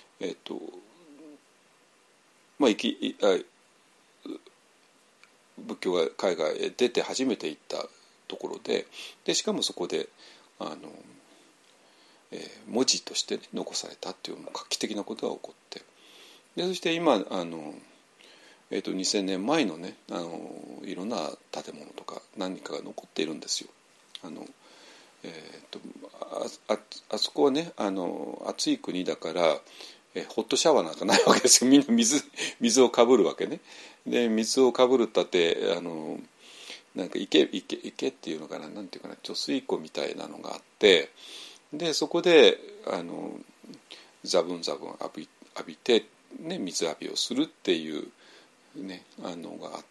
仏教が海外へ出て初めて行ったところで、しかもそこで文字として、残されたっていう画期的なことが起こって、そして今2000年前のねいろんな建物とか何かが残っているんですよ。あそこはね暑い国だからホットシャワーなんかないわけですよ。みんな水をかぶるわけね。で水をかぶるったってなんか池っていうのかな、なんていうかな、貯水湖みたいなのがあって、でそこでザブンザブン浴びて、ね、水浴びをするっていう、ね、のがあって、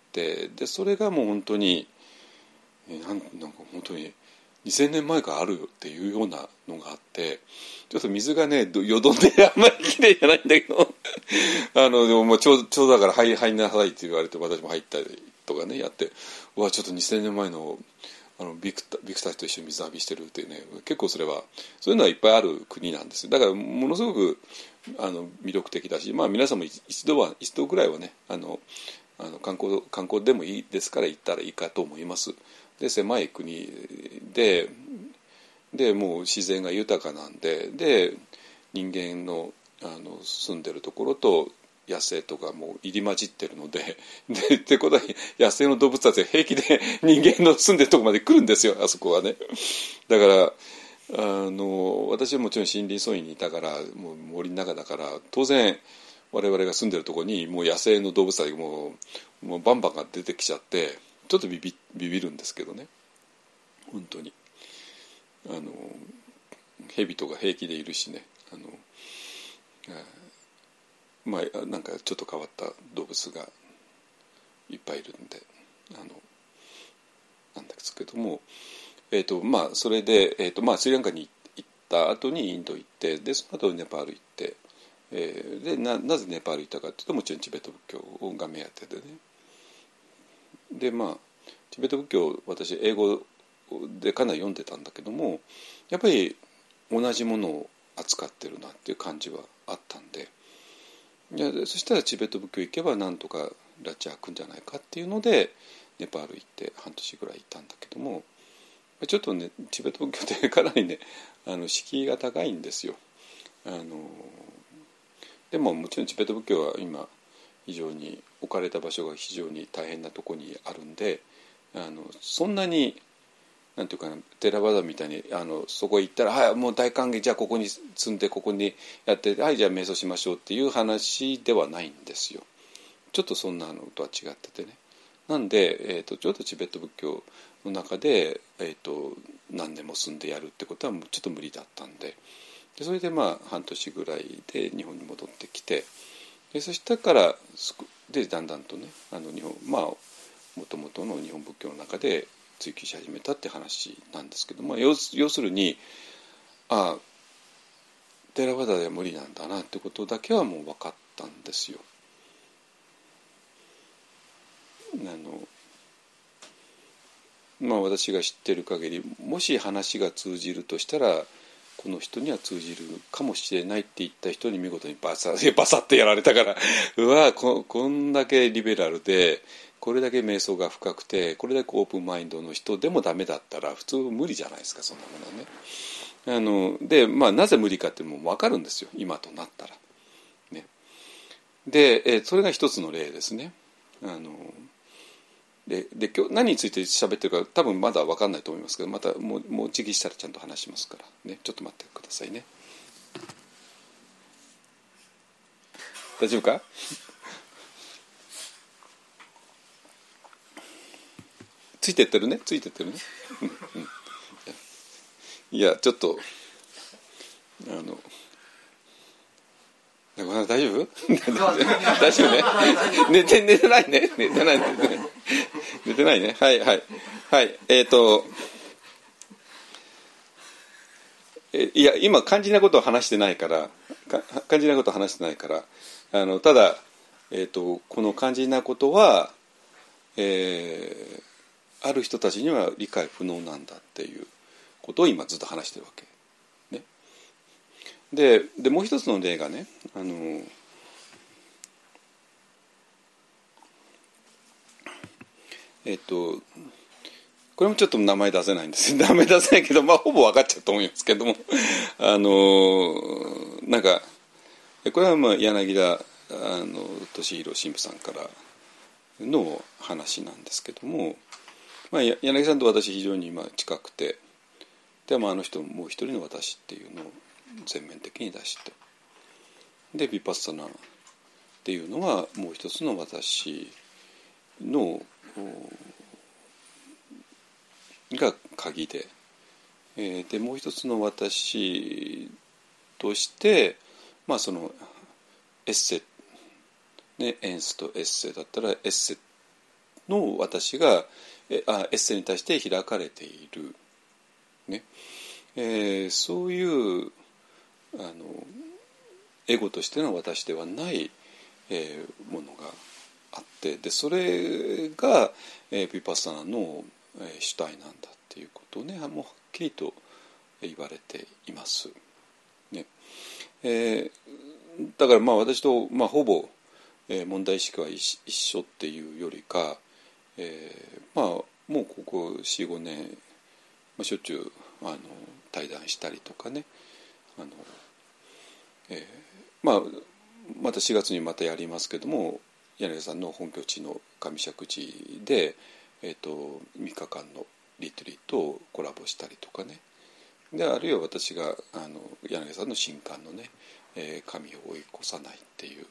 でそれがもう本当になんか本当に2000年前からあるよっていうようなのがあって、ちょっと水がねよどんであんまりきれいじゃないんだけどでももうちょうどだから入んなさいって言われて私も入ったりとかねやって、うわちょっと2000年前のビクターと一緒に水浴びしてるっていうね、結構そういうのはいっぱいある国なんですよ。だからものすごく魅力的だし、まあ皆さんも一度ぐらいはね観光でもいいですから行ったらいいかと思います。で狭い国でもう自然が豊かなんで人間の住んでるところと野生とかもう入り混じってるので、ってことは野生の動物たちが平気で人間の住んでるところまで来るんですよ、あそこはね。だから私はもちろん森林村院にいたから、もう森の中だから当然我々が住んでるところにもう野生の動物たちがもうバンバンが出てきちゃって、ちょっとビビるんですけどね、本当に蛇とか平気でいるしね、まあなんかちょっと変わった動物がいっぱいいるんでなんですけども、まあそれで、まあスリランカに行った後にインド行って、でその後ネパール行って、でなぜネパール行ったかというと、もちろんチベット仏教が目当てでね。でまあチベット仏教私英語でかなり読んでたんだけども、やっぱり同じものを扱ってるなっていう感じはあったんで、そしたらチベット仏教行けばなんとか拉致開くんじゃないかっていうのでネパール行って半年ぐらい行ったんだけども、ちょっとねチベット仏教ってかなりね敷居が高いんですよ。でももちろんチベット仏教は今非常に置かれた場所が非常に大変なところにあるんで、そんなになんていうかな、テラバダみたいにそこ行ったら、はいもう大歓迎、じゃあここに住んでここにやって、はいじゃあ瞑想しましょうっていう話ではないんですよ。ちょっとそんなのとは違っててね。なんで、ちょっとチベット仏教の中で、何年も住んでやるってことはちょっと無理だったんで、それでまあ半年ぐらいで日本に戻ってきて、でそしたからでだんだんとね日本まあもともとの日本仏教の中で追求し始めたって話なんですけども、要するにテラバダでは無理なんだなってことだけはもう分かったんですよ。まあ私が知ってる限り、もし話が通じるとしたらこの人には通じるかもしれないって言った人に見事にバサッてやられたからうわこんだけリベラルでこれだけ瞑想が深くてこれだけオープンマインドの人でもダメだったら普通無理じゃないですか、そんなものはね。でまあなぜ無理かっていうのも分かるんですよ、今となったらね。でそれが一つの例ですね。で今日何について喋ってるか多分まだ分かんないと思いますけど、またもう次したらちゃんと話しますからね、ちょっと待ってくださいね。大丈夫か？ついてってるね、いやちょっと大丈夫？大丈夫ね。寝てないね。寝てないね。はいはいはい。いや今肝心なことを話してないから、ただこの肝心なことは、ある人たちには理解不能なんだっていうことを今ずっと話してるわけ。でもう一つの例がね、これもちょっと名前出せないんですよ。名前出せないけど、まあほぼ分かっちゃうと思いますけどもなんかこれはまあ柳田俊弘神父さんからの話なんですけども、まあ、柳さんと私非常に今近くて、でもあの人もう一人の私っていうのを全面的に出して、でヴィパッサナーっていうのはもう一つの私のが鍵で、でもう一つの私として、そのエッセ、ね、エンスとエッセだったらエッセの私がエッセに対して開かれている、ねそういうエゴとしての私ではない、ものがあって、でそれが、ヴィパッサナの、主体なんだっていうことをね、もうはっきりと言われています。ねだから私と、ほぼ、問題意識は一緒っていうよりか、もうここ4、5年、しょっちゅう対談したりとかね、また4月にまたやりますけども、柳さんの本拠地の上石寺で、3日間のリトリートをコラボしたりとかね、であるいは私が柳さんの新刊のね「神を追い越さない」っていう、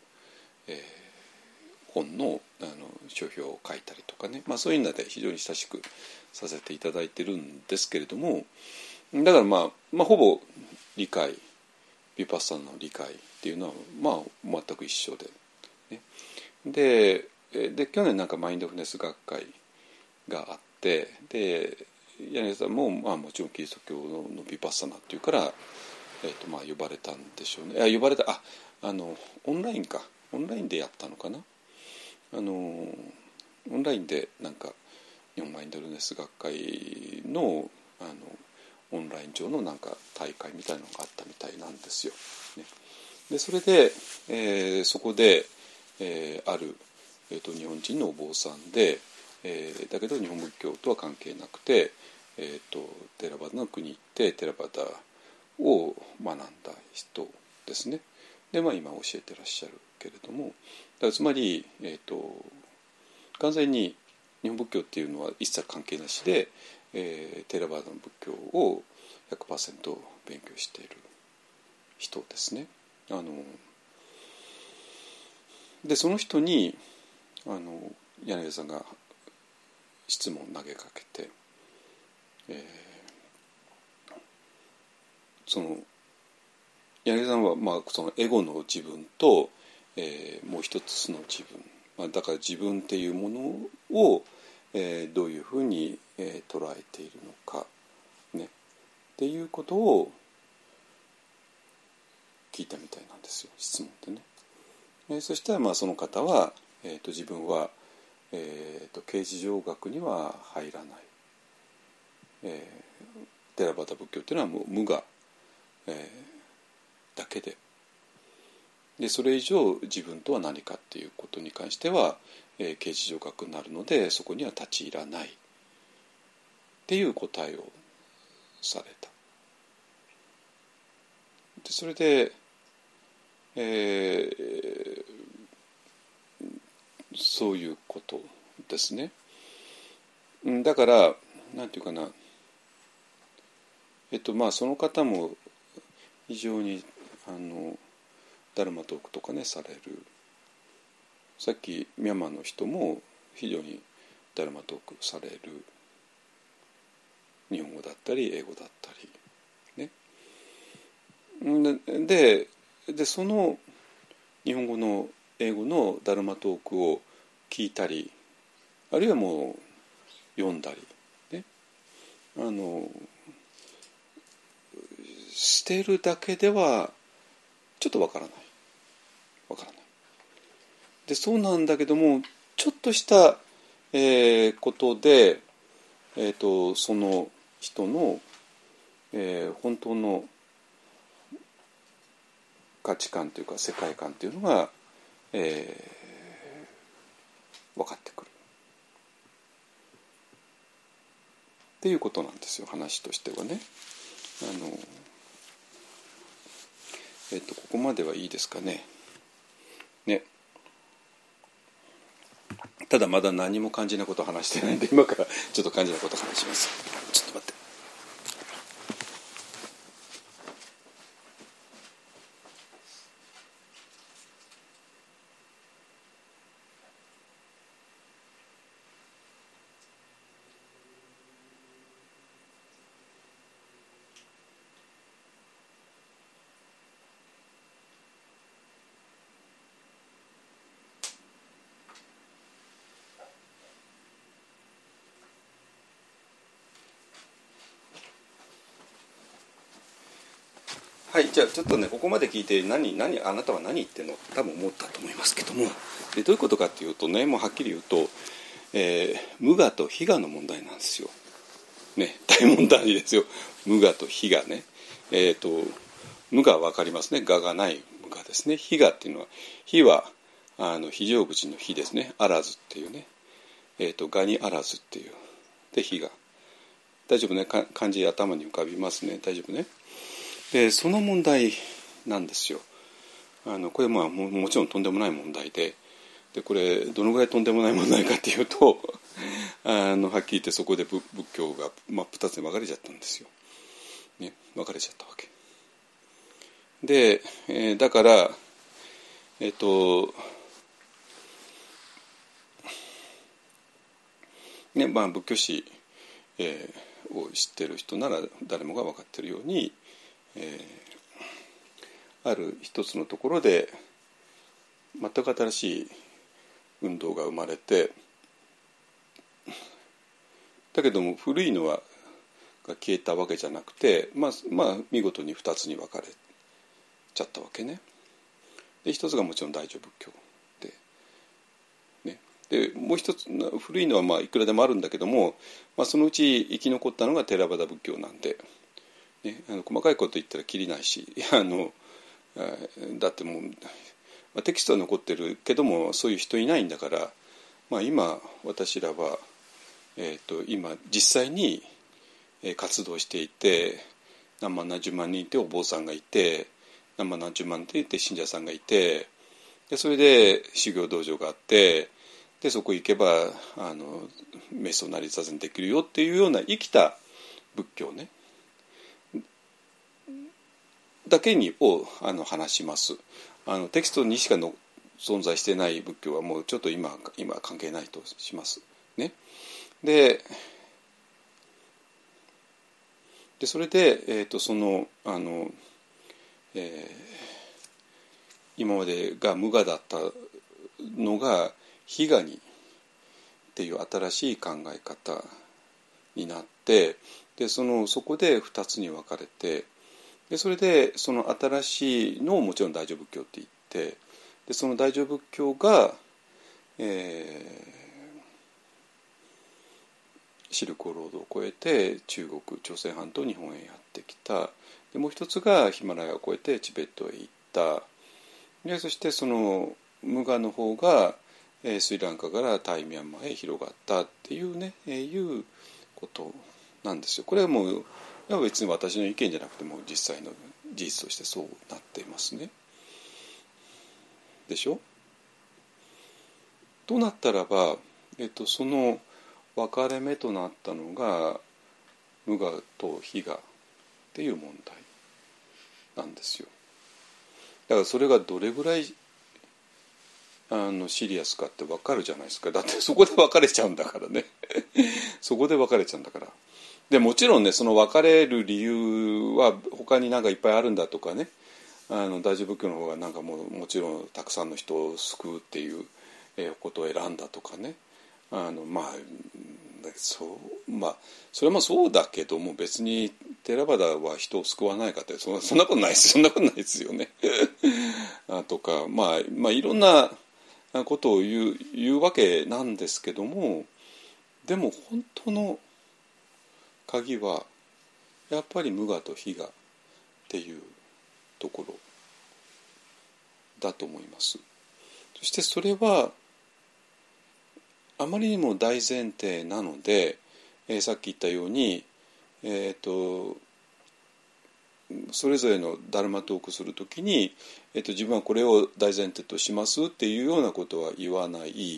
本の書評を書いたりとかね、そういうので非常に親しくさせていただいてるんですけれども、だからほぼ理解、ヴィパッサナの理解っていうのは全く一緒で、ね、で去年なんかマインドフルネス学会があって、で柳さんも、もちろんキリスト教のヴィパッサナっていうから、呼ばれたんでしょうね。呼ばれたオンラインでやったのかな、オンラインでなんか日本マインドフルネス学会のオンライン上のなんか大会みたいなのがあったみたいなんですよ。ね、でそれで、そこで、ある、日本人のお坊さんで、だけど日本仏教とは関係なくて、テラバダの国行ってテラバダを学んだ人ですね。で今教えてらっしゃるけれども、だからつまり、完全に日本仏教っていうのは一切関係なしで、テラバダの仏教を 100% 勉強している人ですね。でその人に柳さんが質問を投げかけて、その柳さんは、そのエゴの自分と、もう一つの自分、だから自分っていうものを、どういうふうに、捉えているのか、ね、っていうことを聞いたみたいなんですよ、質問でね。そしたらその方は、自分は、啓示上学には入らない、テラバダ仏教っていうのはもう無我、だけでそれ以上自分とは何かっていうことに関しては、啓示上学になるのでそこには立ち入らないっていう答えをされた。でそれで、そういうことですね。だからなんていうかな、その方も非常にダルマトークとかねされる。さっきミャンマーの人も非常にダルマトークされる。日本語だったり英語だったりね。でその日本語の英語のダルマトークを聞いたり、あるいはもう読んだりね、しているだけではちょっとわからないで、そうなんだけどもちょっとした、ことで、その人の、本当の価値観というか世界観というのが、分かってくるっていうことなんですよ、話としてはね。ここまではいいですかね。ただまだ何も肝心なことを話してないんで、今からちょっと肝心なことを話します。ちょっと待って。 はい、じゃあちょっとねここまで聞いてあなたは何言ってんの多分思ったと思いますけども、でどういうことかっていうとね、もうはっきり言うと、無我と非我の問題なんですよ。ね、大問題ですよ。無我と非我ね。無我は分かりますね。我がない無我ですね。非我っていうのは、非は非常口の非ですね。あらずっていうね。我にあらずっていう。で非我。大丈夫ね。漢字頭に浮かびますね。大丈夫ね。でその問題なんですよ。これはもちろんとんでもない問題で、これどのぐらいとんでもない問題かっていうとはっきり言ってそこで仏教が真っ二つに分かれちゃったんですよ。ね、分かれちゃったわけで、だからね、仏教史、を知ってる人なら誰もが分かってるように、ある一つのところで全く新しい運動が生まれて、だけども古いのが消えたわけじゃなくて、見事に2つに分かれちゃったわけね。で一つがもちろん大乗仏教で、ね、でもう一つ古いのはいくらでもあるんだけども、そのうち生き残ったのがテラバダ仏教なんで、ね、細かいこと言ったらきりないし、だってもうテキストは残ってるけどもそういう人いないんだから、今私らは、今実際に活動していて、何万何十万人いてお坊さんがいて、何万何十万人いて信者さんがいて、でそれで修行道場があって、でそこ行けば瞑想なり座禅できるよっていうような生きた仏教ねだけを話します。テキストにしか存在してない仏教はもうちょっと今関係ないとしますね。でそれで、今までが無我だったのが非我にっていう新しい考え方になって、でそこで2つに分かれて、でそれでその新しいのをもちろん大乗仏教って言って、でその大乗仏教が、シルクロードを越えて中国朝鮮半島日本へやってきた。でもう一つがヒマラヤを越えてチベットへ行った。でそしてその無我の方がスリランカからタイミャンマーへ広がったっていうね、いうことなんですよ。これはもう別に私の意見じゃなくても実際の事実としてそうなっていますね。でしょ。となったらば、その分かれ目となったのが無我と非我っていう問題なんですよ。だからそれがどれぐらいシリアスかって分かるじゃないですか。だってそこで分かれちゃうんだからねそこで分かれちゃうんだから。でもちろんね、その分かれる理由は他になんかいっぱいあるんだとかね、大乗仏教の方がなんかもちろんたくさんの人を救うっていうことを選んだとかね、それもそうだけども、別にテラバダは人を救わないかってそんなことないです。そんなことないですよねとかいろんなことを言うわけなんですけども、でも本当の鍵はやっぱり無我と非我っていうところだと思います。そしてそれはあまりにも大前提なので、さっき言ったように、それぞれのダルマトークするときに、自分はこれを大前提としますっていうようなことは言わない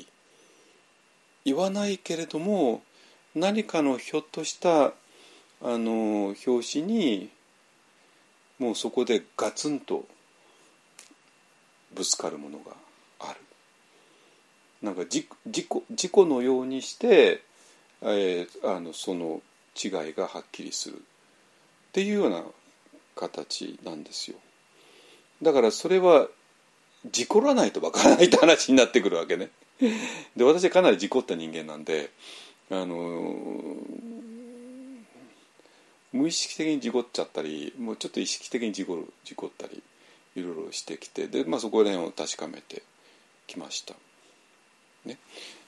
けれども、何かのひょっとした表紙にもうそこでガツンとぶつかるものがある。なんか自己のようにして、その違いがはっきりするっていうような形なんですよ。だからそれは事故らないとわからないって話になってくるわけね。で私はかなり事故った人間なんで、も無意識的に事故っちゃったり、もうちょっと意識的に事故ったりいろいろしてきて、で、そこら辺を確かめてきました、ね。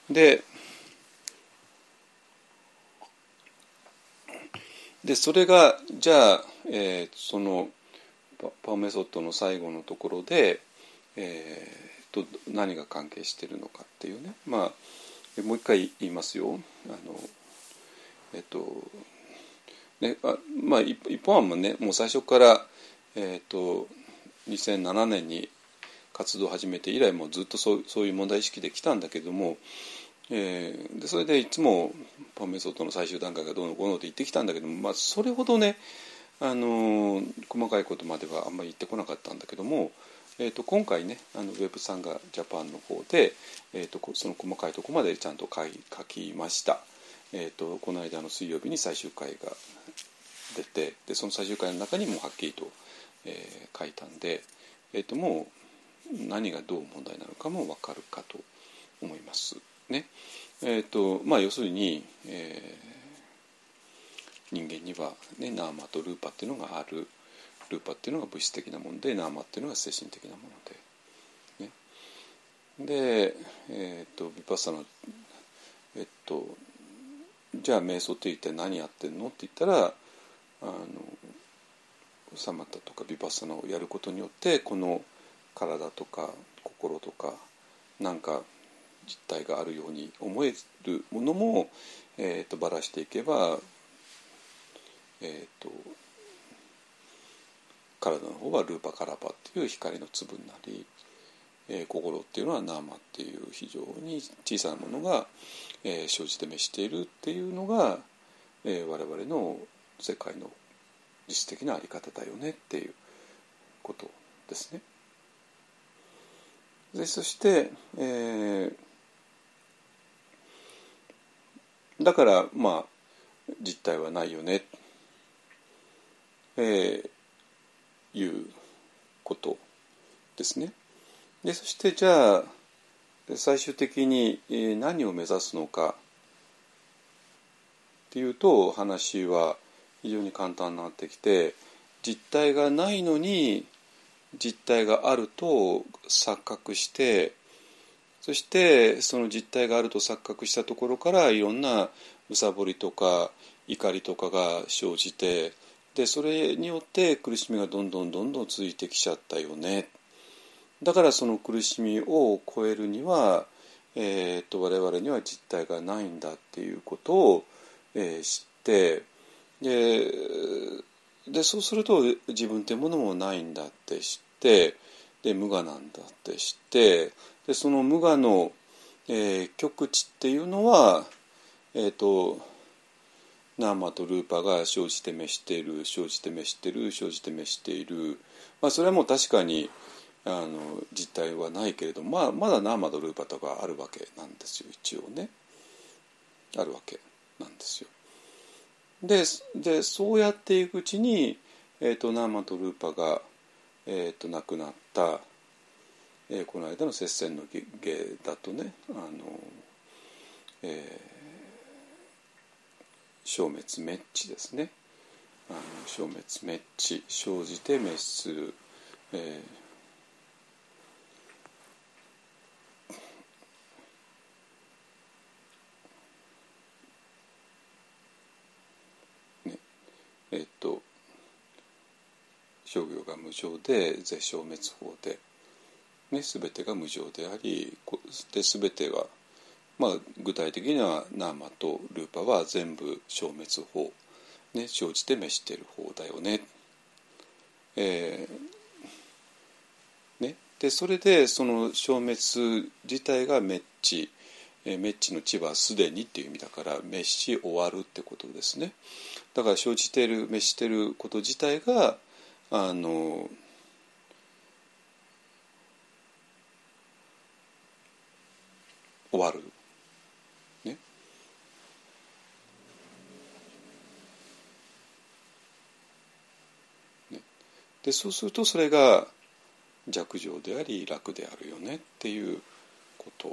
でそれがじゃあ、そのパオメソッドの最後のところで、何が関係しているのかっていうね、もう一回言いますよ。一本案もね、もう最初から、2007年に活動を始めて以来もずっとそういう問題意識で来たんだけども、でそれでいつもパオメソッドの最終段階がどうのこうのって言ってきたんだけども、それほどね、細かいことまではあんまり言ってこなかったんだけども、今回ね、ウェブサンガジャパンの方で、その細かいところまでちゃんと書きました。この間の水曜日に最終回が出て、でその最終回の中にもはっきりと、書いたんで、もう何がどう問題なのかも分かるかと思いますね。要するに、人間には、ね、ナーマとルーパっていうのがある。ルーパっていうのが物質的なもので、ナーマっていうのが精神的なもので、ね。で、ヴィパッサナ、じゃあ瞑想って一体何やってんのって言ったら、サマタとかヴィパッサナをやることによって、この体とか心とかなんか実体があるように思えるものも、ばらしていけば、体の方はルーパカラパっていう光の粒になり、心っていうのはナーマっていう非常に小さなものが、生じて滅しているっていうのが、我々の世界の実質的なあり方だよねっていうことですね。でそして、だから実体はないよね、いうことですね。でそしてじゃあ最終的に何を目指すのかっていうと、話は非常に簡単になってきて、実体がないのに実体があると錯覚して、そしてその実体があると錯覚したところからいろんなむさぼりとか怒りとかが生じて、でそれによって苦しみがどんどん続いてきちゃったよね。だからその苦しみを超えるには、我々には実体がないんだっていうことを、知って、でそうすると自分っていうものもないんだって知って、で無我なんだって知って、でその無我の、極地っていうのは、ナーマとルーパが生じて滅している、生じて滅している、生じて滅している、それはもう確かに実態はないけれども、まだナーマとルーパとかあるわけなんですよ。一応ねあるわけなんですよ。でそうやっていくうちに、ナーマとルーパが、亡くなった、この間の接戦の芸だとね、消滅滅地ですね。消滅滅地、生じて滅する、商業が無常で絶消滅法で、ね、全てが無常であり、で全ては、具体的にはナーマとルーパは全部消滅法、ね、生じて滅している方だよね。でそれでその消滅自体が滅地、滅地の地はすでにっていう意味だから滅し終わるってことですね。だから生じている滅していること自体が終わる、ね。でそうするとそれが寂情であり楽であるよねっていうこと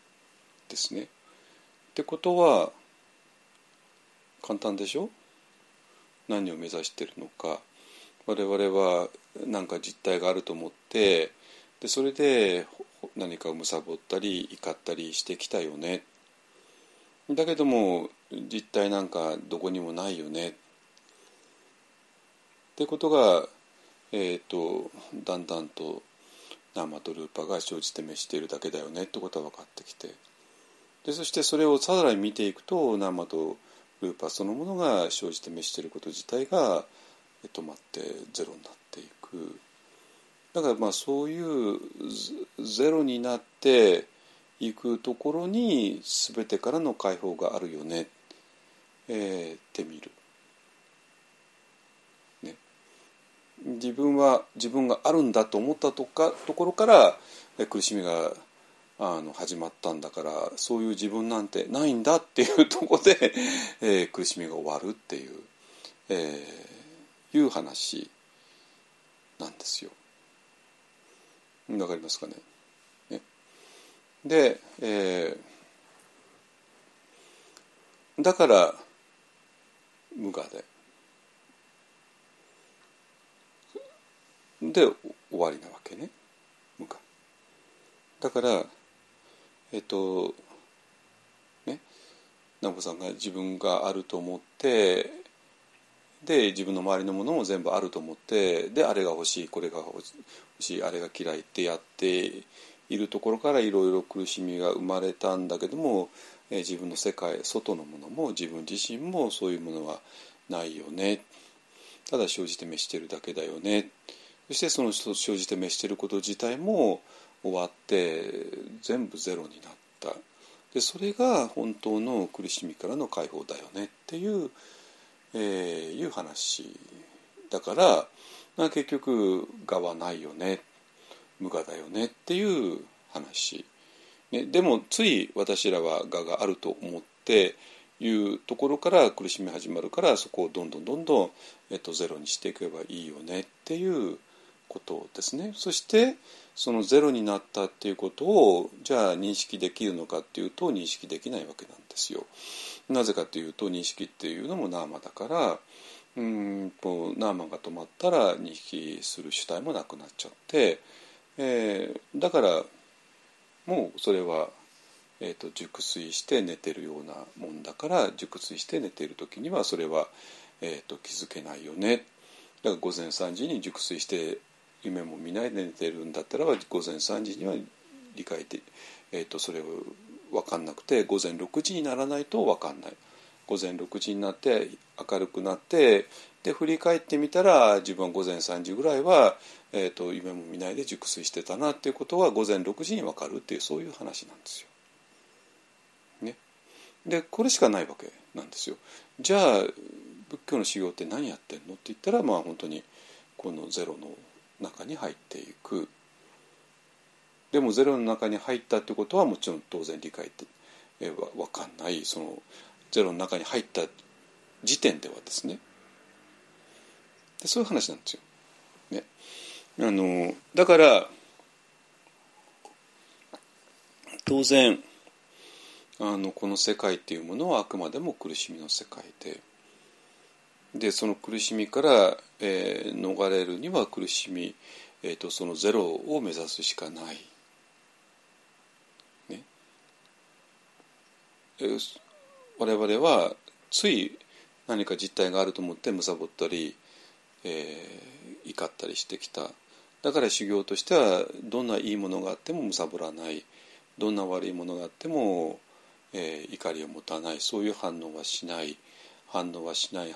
ですね。ってことは簡単でしょ。 何を目指しているのか、我々は何か実体があると思って、でそれで何かを貪ったり怒ったりしてきたよね。だけども実体なんかどこにもないよねってことが、だんだんとナーマとルーパが生じて滅しているだけだよねってことが分かってきて、でそしてそれをさらに見ていくとナーマとルーパそのものが生じて滅していること自体が止まってゼロになっていく。だからまあそういうゼロになっていくところに全てからの解放があるよね、って見る、ね、自分があるんだと思ったところから苦しみが始まったんだから、そういう自分なんてないんだっていうところで、苦しみが終わるっていう、いう話なんですよ。わかりますかね。で、だから無我で終わりなわけね、無我だから。南穂さんが自分があると思って、で自分の周りのものも全部あると思って、であれが欲しいこれが欲しいあれが嫌いってやっているところからいろいろ苦しみが生まれたんだけども、自分の世界外のものも自分自身もそういうものはないよね、ただ生じて滅してるだけだよね。そしてその生じて滅してること自体も終わって全部ゼロになった。でそれが本当の苦しみからの解放だよねっていう、いう話だから、結局我はないよね無我だよねっていう話、ね、でもつい私らは我があると思っていうところから苦しみ始まるから、そこをどんどん、ゼロにしていけばいいよねっていうことですね。そしてそのゼロになったっていうことをじゃあ認識できるのかっていうと認識できないわけなんですよ。なぜかというと認識っていうのもナーマだから、ナーマが止まったら認識する主体もなくなっちゃって、だからもうそれは、熟睡して寝てるようなもんだから、熟睡して寝ている時にはそれは、気づけないよね。だから午前3時に熟睡して夢も見ないで寝てるんだったらば午前3時には理解で、それを分かんなくて午前6時にならないと分かんない。午前6時になって明るくなってで振り返ってみたら自分は午前3時ぐらいは、夢も見ないで熟睡してたなっていうことは午前6時に分かるっていうそういう話なんですよ。ね、でこれしかないわけなんですよ。じゃあ仏教の修行って何やってんのって言ったら、まあ本当にこのゼロの中に入っていく。でもゼロの中に入ったってことはもちろん当然理解って分かんない。そのゼロの中に入った時点ではですね。でそういう話なんですよ。ね、だから当然この世界っていうものはあくまでも苦しみの世界で、その苦しみから、逃れるには苦しみ、そのゼロを目指すしかない。ね、我々はつい何か実体があると思って貪ったり、怒ったりしてきた。だから修行としてはどんないいものがあっても貪らない、どんな悪いものがあっても、怒りを持たない、そういう反応はしない、反応はしない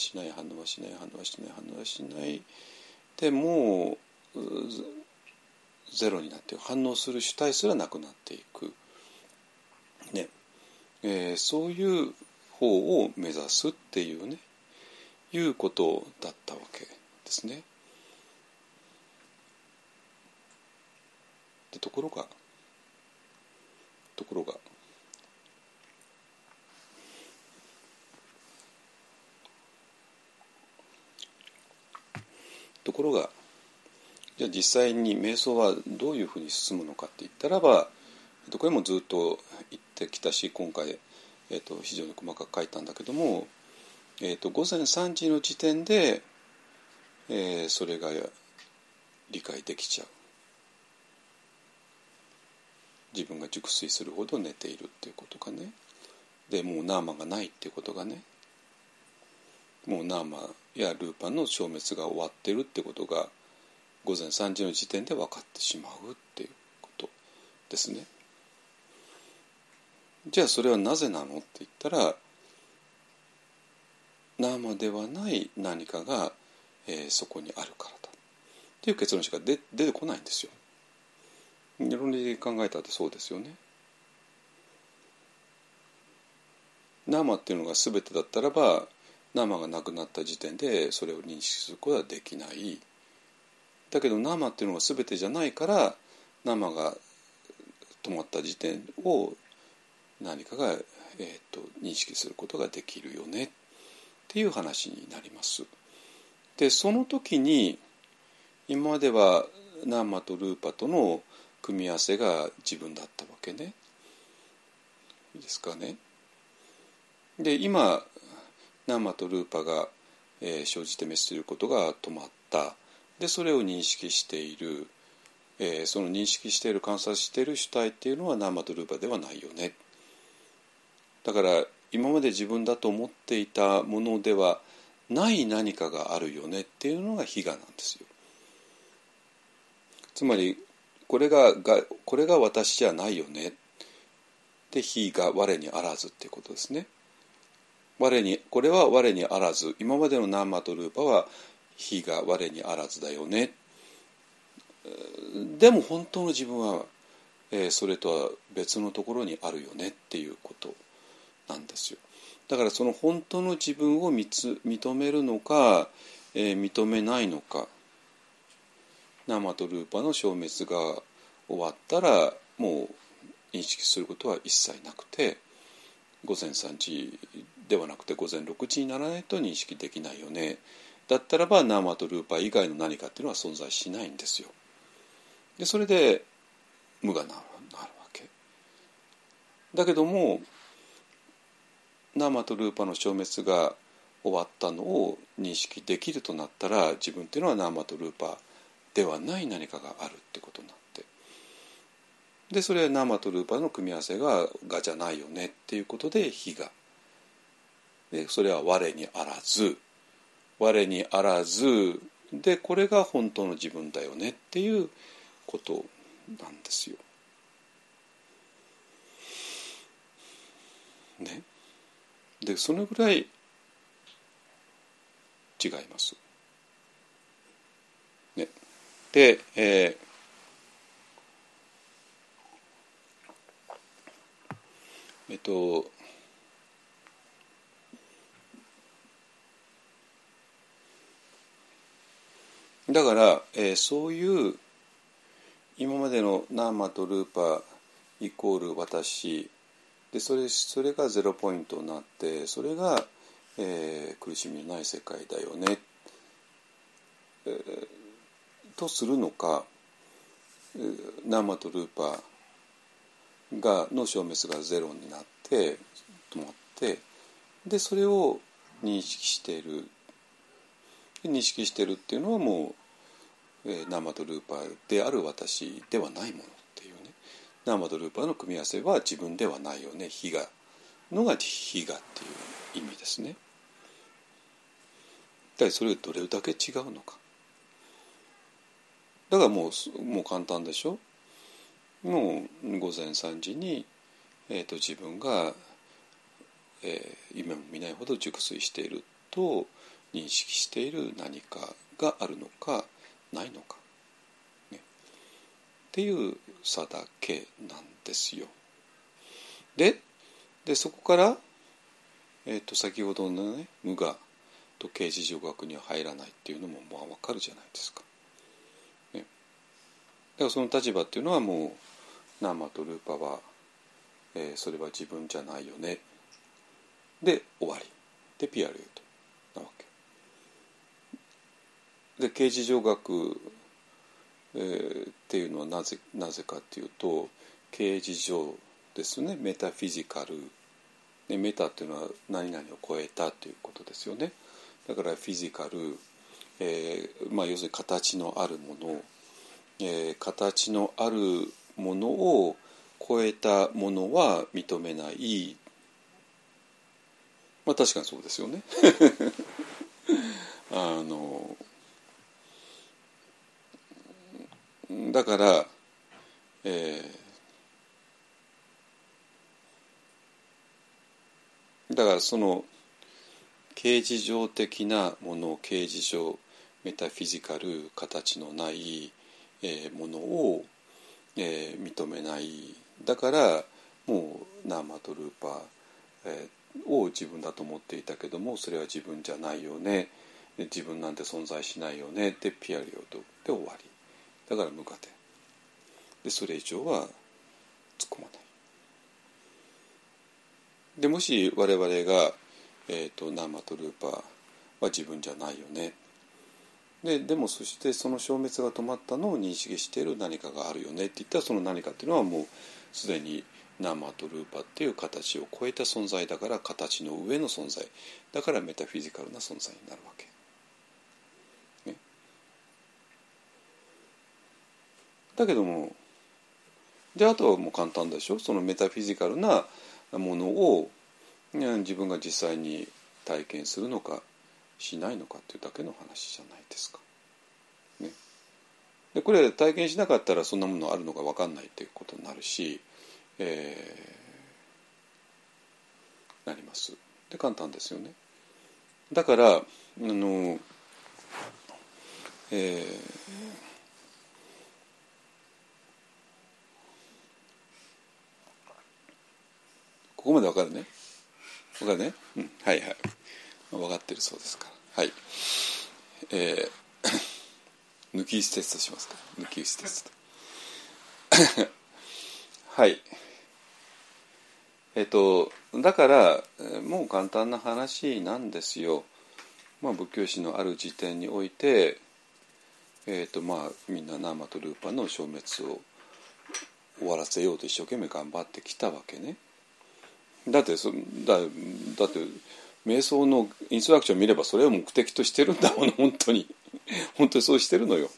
でもうゼロになって反応する主体すらなくなっていく、ね、そういう方を目指すっていうねいうことだったわけですね。でところがじゃあ実際に瞑想はどういうふうに進むのかって言ったらば、これもずっと言ってきたし今回、非常に細かく書いたんだけども、 午前3時の時点で、それが理解できちゃう。自分が熟睡するほど寝ているっていうことがね。でもうナーマがないっていうことがね、もうナーマやルーパの消滅が終わってるってことが午前3時の時点で分かってしまうっていうことですね。じゃあそれはなぜなのって言ったら、ナーマではない何かが、そこにあるからだっていう結論しか出てこないんですよ。論理的に考えたってそうですよね。ナーマっていうのが全てだったらば、ナーマがなくなった時点でそれを認識することはできない。だけどナーマっていうのが全てじゃないから、ナーマが止まった時点を何かが、認識することができるよねっていう話になります。でその時に今まではナーマとルーパとの組み合わせが自分だったわけね。いいですかね。で今ナーマとルーパが、生じて滅することが止まった。でそれを認識している、その認識している観察している主体っていうのはナーマとルーパではないよね。だから今まで自分だと思っていたものではない何かがあるよねっていうのが非我なんですよ。つまりこれが私じゃないよねで、非が我にあらずっていうことですね。これは我にあらず、今までのナーマとルーパは非が我にあらずだよね。でも本当の自分は、それとは別のところにあるよねっていうことなんですよ。だからその本当の自分を認めるのか、認めないのか。ナーマとルーパの消滅が終わったらもう認識することは一切なくて、午前3時ではなくて午前6時にならないと認識できないよね。だったらばナーマとルーパ以外の何かっていうのは存在しないんですよ。でそれで無がなるわけだけども、ナーマとルーパの消滅が終わったのを認識できるとなったら、自分っていうのはナーマとルーパではない何かがあるってことになって、でそれはナーマとルーパの組み合わせがじゃないよねっていうことで非が、でそれは我にあらずで、これが本当の自分だよねっていうことなんですよ。ね。でそのぐらい違います。ね。で、だから、そういう今までのナーマとルーパイコール私で、それがゼロポイントになって、それが、苦しみのない世界だよね、とするのか、ナーマとルーパの消滅がゼロになって止まって、でそれを認識しているっていうのはもう、ナーマとルーパーである私ではないものっていうね。ナーマとルーパーの組み合わせは自分ではないよね、非我のが非我っていう意味ですね。だからそれがどれだけ違うのか。だからもう簡単でしょ。もう午前3時に、自分が、夢も見ないほど熟睡していると認識している何かがあるのかないのか、ね、っていう差だけなんですよ。でそこから、先ほどのね無我と形而上学には入らないっていうのもまあ分かるじゃないですか。ね、だからその立場っていうのはもうナーマとルーパは、それは自分じゃないよねで終わりでピアルートなわけで、形而上学、っていうのはなぜかっていうと、形而上ですね、メタフィジカル、 でメタっていうのは何々を超えたということですよね。だからフィジカル、要するに形のあるもの、形のあるものを超えたものは認めない。確かにそうですよね。だから、その形而上的なもの、形而上メタフィジカル、形のない、ものを、認めない。だからもうナーマとルーパを自分だと思っていたけども、それは自分じゃないよね、自分なんて存在しないよねでピアリオドで終わり。だから無我でそれ以上は突っ込まない。でもし我々が、ナーマとルーパーは自分じゃないよね、でもそしてその消滅が止まったのを認識している何かがあるよねって言ったら、その何かっていうのはもうすでにナーマとルーパーっていう形を超えた存在だから、形の上の存在だからメタフィジカルな存在になるわけ、ね、だけどもであとはもう簡単でしょ。そのメタフィジカルなものを自分が実際に体験するのかしないのかっていうだけの話じゃないですか、ね、でこれ体験しなかったらそんなものあるのか分かんないっていうことになるし、なります。で簡単ですよね。だからここまで分かるね。分かるね。はいはい。分かってるそうですから。はい。抜き打ちテストしますか。抜き打ちテスト。はい。だからもう簡単な話なんですよ。仏教史のある時点において、みんなナーマとルーパの消滅を終わらせようと一生懸命頑張ってきたわけね。だって瞑想のインストラクション見ればそれを目的としてるんだもの。本当にそうしてるのよ。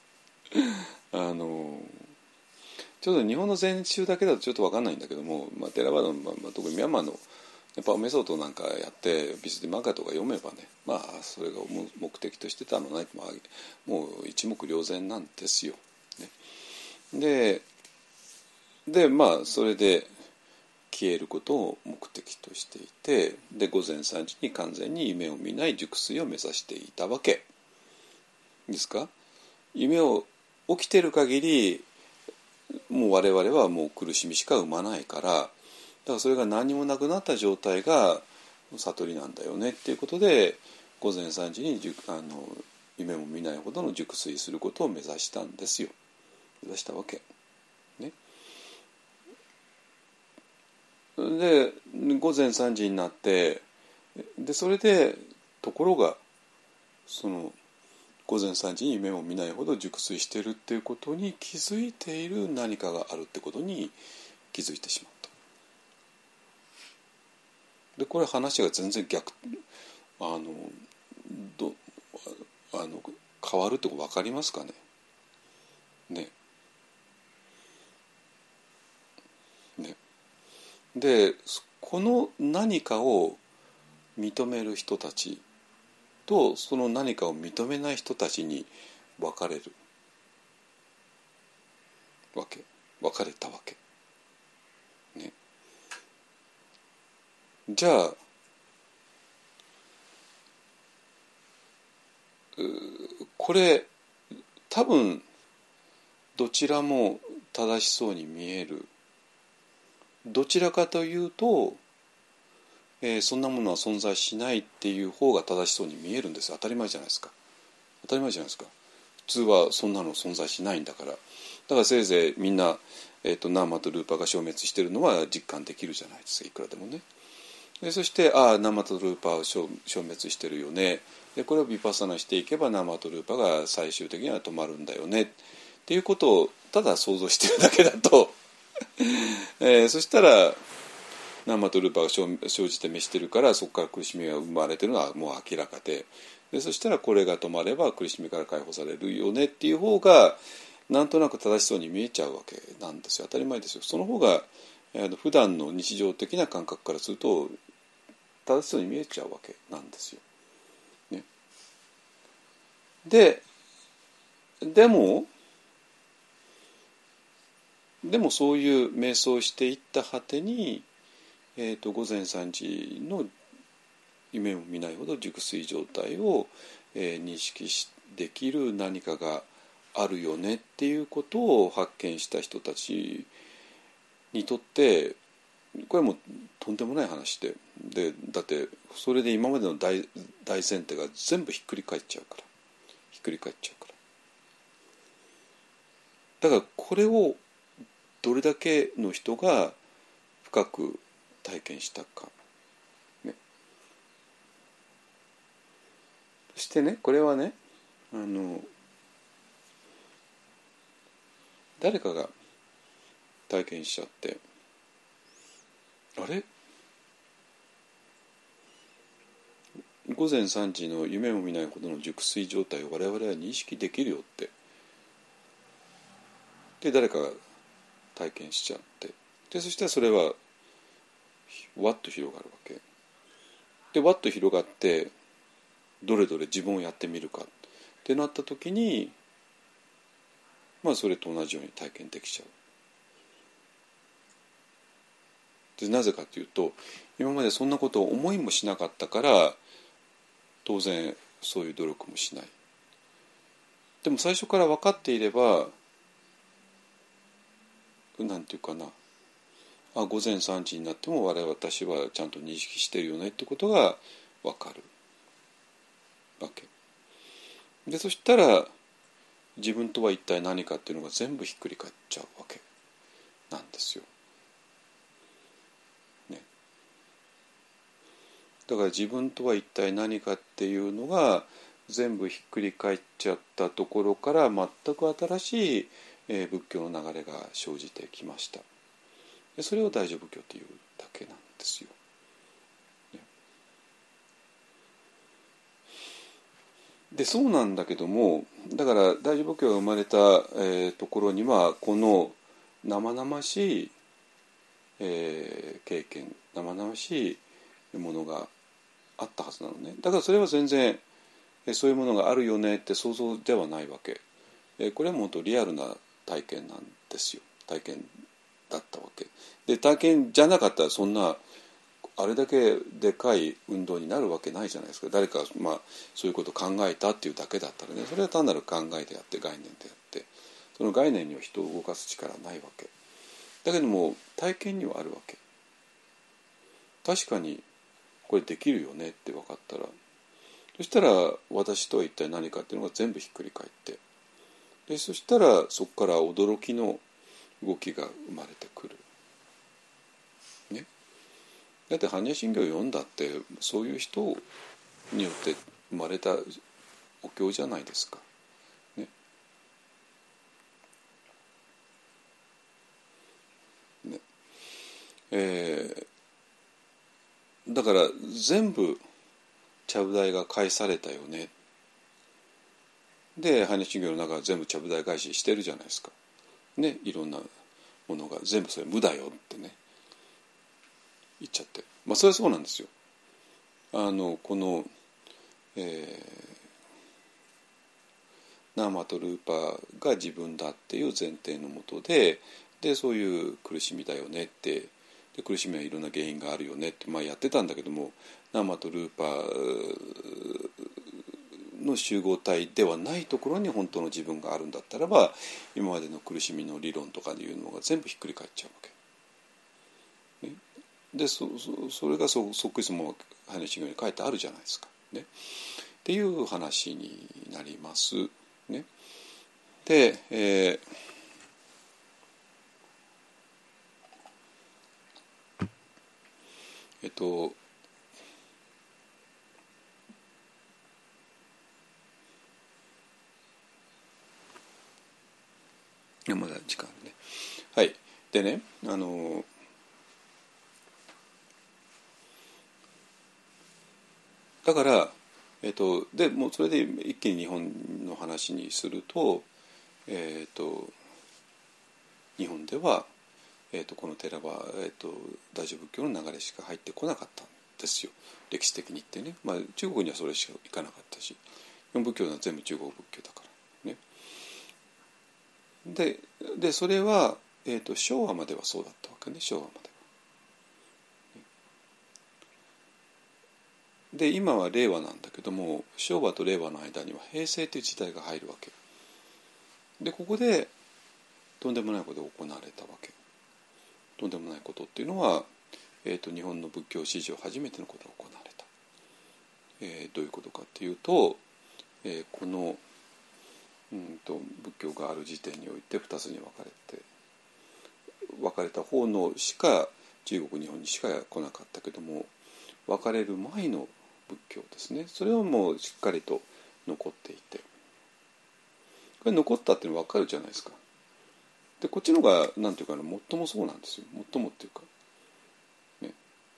ちょっと日本の禅宗だけだとちょっと分かんないんだけども、テラバダの、特にミャンマーのやっぱメソッドなんかやってビスディマガとか読めばね、それが目的としてたのない、もう一目瞭然なんですよ、ね、でそれで消えることを目的としていて、で午前3時に完全に夢を見ない熟睡を目指していたわけですか。夢を起きてる限りもう我々はもう苦しみしか生まないから、だからそれが何もなくなった状態が悟りなんだよねっていうことで、午前3時に夢も見ないほどの熟睡することを目指したんですよ。目指したわけね。で午前3時になって、でそれでところがその午前3時に夢を見ないほど熟睡しているっていうことに気づいている何かがあるってことに気づいてしまった。でこれ話が全然逆変わるって分かりますかね。でこの何かを認める人たちとその何かを認めない人たちに分かれたわけ、ね、じゃあこれ多分どちらも正しそうに見える。どちらかというと、そんなものは存在しないっていう方が正しそうに見えるんですよ。当たり前じゃないですか。普通はそんなの存在しないんだから。だからせいぜいみんな、ナーマとルーパーが消滅してるのは実感できるじゃないですか、いくらでもね。でそしてナーマとルーパーは消滅してるよね。でこれをヴィパッサナしていけばナーマとルーパーが最終的には止まるんだよねっていうことをただ想像してるだけだとそしたら生とルーパーが生じて滅してるから、そこから苦しみが生まれてるのはもう明らかで、そしたらこれが止まれば苦しみから解放されるよねっていう方がなんとなく正しそうに見えちゃうわけなんですよ。当たり前ですよ。その方が普段の日常的な感覚からすると正しそうに見えちゃうわけなんですよ。ね、でもそういう瞑想をしていった果てに、午前3時の夢も見ないほど熟睡状態を、認識できる何かがあるよねっていうことを発見した人たちにとってこれもとんでもない話で、だってそれで今までの大前提が全部ひっくり返っちゃうからだからこれをどれだけの人が深く体験したか、ね、そしてね、これはね、誰かが体験しちゃって、あれ午前3時の夢も見ないほどの熟睡状態を我々は認識できるよってで誰かが体験しちゃって、でそしたらそれはわっと広がるわけで、わっと広がってどれどれ自分をやってみるかってなった時に、それと同じように体験できちゃう。でなぜかというと、今までそんなことを思いもしなかったから当然そういう努力もしない。でも最初から分かっていれば、なんていうかな、午前3時になっても私はちゃんと認識してるよねってことが分かるわけで、そしたら自分とは一体何かっていうのが全部ひっくり返っちゃうわけなんですよ、ね、だから自分とは一体何かっていうのが全部ひっくり返っちゃったところから全く新しい、仏教の流れが生じてきました。でそれを大乗仏教というだけなんですよ。でそうなんだけども、だから大乗仏教が生まれた、ところにはこの生々しい、経験、生々しいものがあったはずなのね。だからそれは全然そういうものがあるよねって想像ではないわけ。これはもっとリアルな体験なんですよ。体験だったわけで、体験じゃなかったらそんなあれだけでかい運動になるわけないじゃないですか。誰か、そういうことを考えたっていうだけだったらね、それは単なる考えであって概念であって、その概念には人を動かす力はないわけだけども、体験にはあるわけ。確かにこれできるよねって分かったら、そしたら私とは一体何かっていうのが全部ひっくり返って、でそしたらそこから驚きの動きが生まれてくる、ね、だって般若心経を読んだってそういう人によって生まれたお経じゃないですか、ねだから全部ちゃぶ台が返されたよね。で般若心経の中は全部ちゃぶ台返ししてるじゃないですか、ね、いろんなものが全部それ無だよってね言っちゃって、それはそうなんですよ。この、ナーマとルーパーが自分だっていう前提のもとで、そういう苦しみだよねって、で苦しみはいろんな原因があるよねって、やってたんだけども、ナーマとルーパーの集合体ではないところに本当の自分があるんだったらば、今までの苦しみの理論とかいうのが全部ひっくり返っちゃうわけ、ね、でそれがそっくりそのまま般若心経に書いてあるじゃないですか、ね、っていう話になります、ね、で、まだ時間あるね。はい。でね、 だから、でもうそれで一気に日本の話にすると、日本では、この寺は、大乗仏教の流れしか入ってこなかったんですよ、歴史的に言ってね。中国にはそれしか行かなかったし、日本仏教は全部中国仏教だからね。でそれは、昭和まではそうだったわけね、昭和までは。で今は令和なんだけども、昭和と令和の間には平成という時代が入るわけで、ここでとんでもないことが行われたわけ。とんでもないことっていうのは、日本の仏教史上初めてのことが行われた。どういうことかっていうと、この、仏教がある時点において2つに分かれた方のしか中国日本にしか来なかったけども、分かれる前の仏教ですね、それはもうしっかりと残っていて、これ残ったっていうのは分かるじゃないですか。でこっちの方がなんていうかな、最もそうなんですよ、最もっていうかね。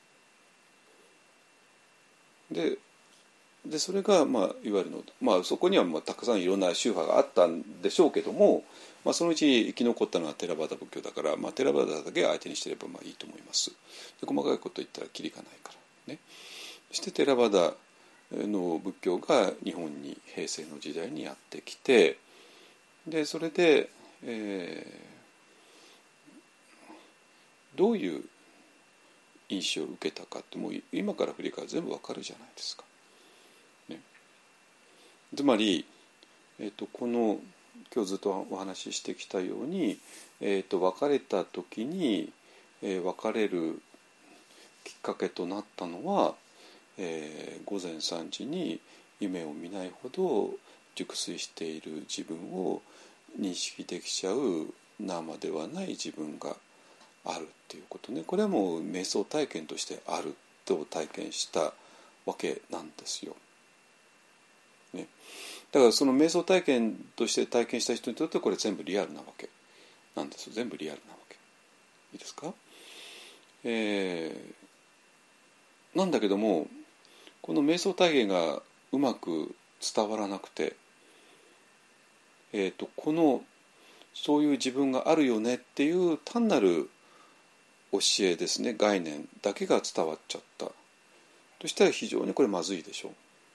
でそれが、いわゆるの、そこにはたくさんいろんな宗派があったんでしょうけども、そのうち生き残ったのはテラバダ仏教だから、テラバダだけ相手にしてればいいと思います。で細かいこと言ったらキリがないからね。そしてテラバダの仏教が日本に平成の時代にやってきて、でそれで、どういう印象を受けたかってもう今から振り返る全部わかるじゃないですか、ね。つまり、この今日ずっとお話ししてきたように、別れた時に、別れるきっかけとなったのは、午前3時に夢を見ないほど熟睡している自分を認識できちゃう生ではない自分があるっていうことね。これはもう瞑想体験としてあると体験したわけなんですよ、ね。だからその瞑想体験として体験した人にとってはこれ全部リアルなわけなんですよ。全部リアルなわけ。いいですか。なんだけどもこの瞑想体験がうまく伝わらなくて、このそういう自分があるよねっていう単なる教えですね、概念だけが伝わっちゃったとしたら非常にこれまずいでしょ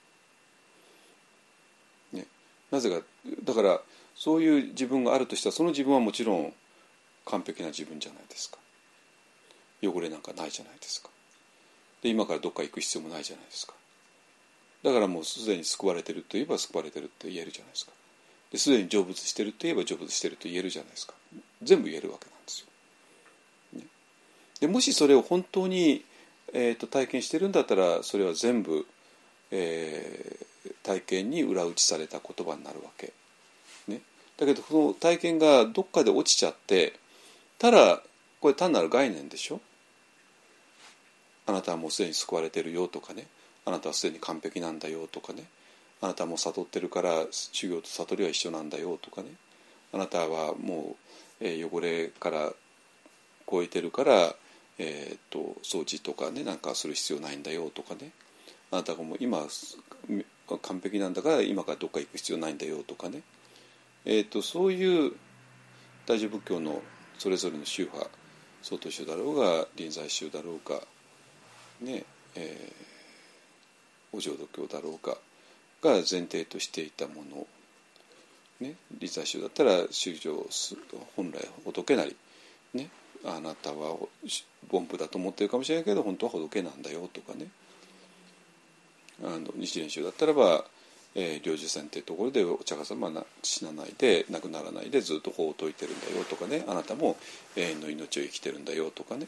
う、ね。なぜかだからそういう自分があるとしたらその自分はもちろん完璧な自分じゃないですか。汚れなんかないじゃないですか。で今からどっか行く必要もないじゃないですか。だからもうすでに救われてるといえば救われてるって言えるじゃないですか。ですでに成仏してるといえば成仏してると言えるじゃないですか。全部言えるわけなんですよ。でもしそれを本当に、体験してるんだったらそれは全部、体験に裏打ちされた言葉になるわけ、ね。だけどその体験がどっかで落ちちゃってただこれ単なる概念でしょ。あなたはもうすでに救われてるよとかね、あなたはすでに完璧なんだよとかね、あなたはもう悟ってるから修行と悟りは一緒なんだよとかね、あなたはもう、汚れから超えてるから掃除とかねなんかする必要ないんだよとかね、あなたがもう今完璧なんだから今からどっか行く必要ないんだよとかね、そういう大乗仏教のそれぞれの宗派、曹洞宗だろうが臨済宗だろうかね、お浄土教だろうかが前提としていたもの、ね、臨済宗だったら宗上本来仏なりね、あなたは凡夫だと思ってるかもしれないけど本当は仏なんだよとかね、日蓮宗だったらば、領寿仙っていうところでお釈迦様は死なないで亡くならないでずっと法を説いてるんだよとかね、あなたも永遠の命を生きてるんだよとかね。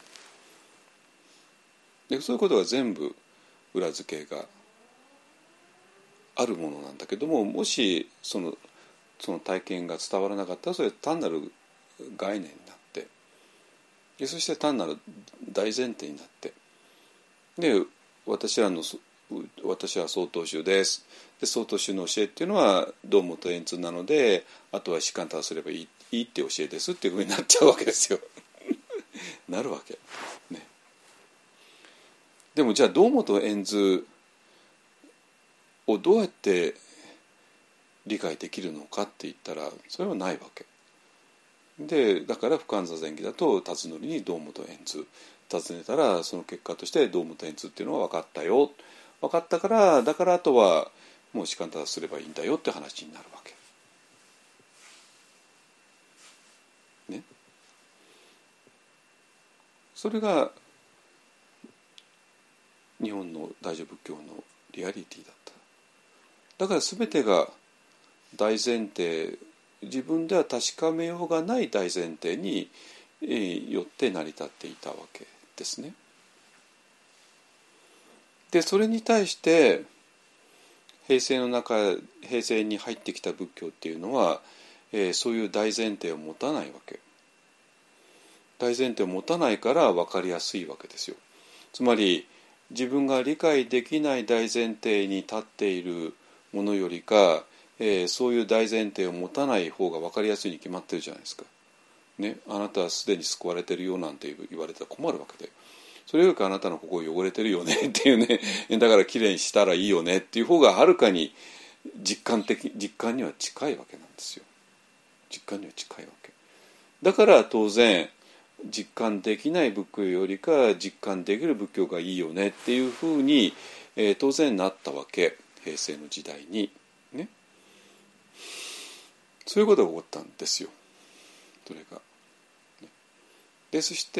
でそういうことが全部裏付けがあるものなんだけども、もしその体験が伝わらなかったらそれは単なる概念になって、でそして単なる大前提になって、で私は曹洞宗です。で曹洞宗の教えっていうのは道元円通なのであとは士官たすればいいって教えですっていうふうになっちゃうわけですよなるわけね。でもじゃあ道元円通をどうやって理解できるのかって言ったらそれはないわけで、だから不完座前期だと辰徳に堂本円通尋ねたら、その結果として堂本円通っていうのは分かったよ、分かったから、だからあとはもう士官正すればいいんだよって話になるわけね。それが日本の大乗仏教のリアリティだった。だから全てが大前提、自分では確かめようがない大前提によって成り立っていたわけですね。でそれに対して平成に入ってきた仏教っていうのは、そういう大前提を持たないわけ。大前提を持たないから分かりやすいわけですよ。つまり自分が理解できない大前提に立っているものよりか、そういう大前提を持たない方が分かりやすいに決まってるじゃないですか、ね、あなたはすでに救われてるよなんて言われたら困るわけで、それよりかあなたのここ汚れてるよねっていうね、だからきれいにしたらいいよねっていう方がはるかに実感には近いわけなんですよ。実感には近いわけだから、当然実感できない仏教よりか実感できる仏教がいいよねっていうふうに、当然なったわけ、平成の時代にね。そういうことが起こったんですよ、それが。でそして、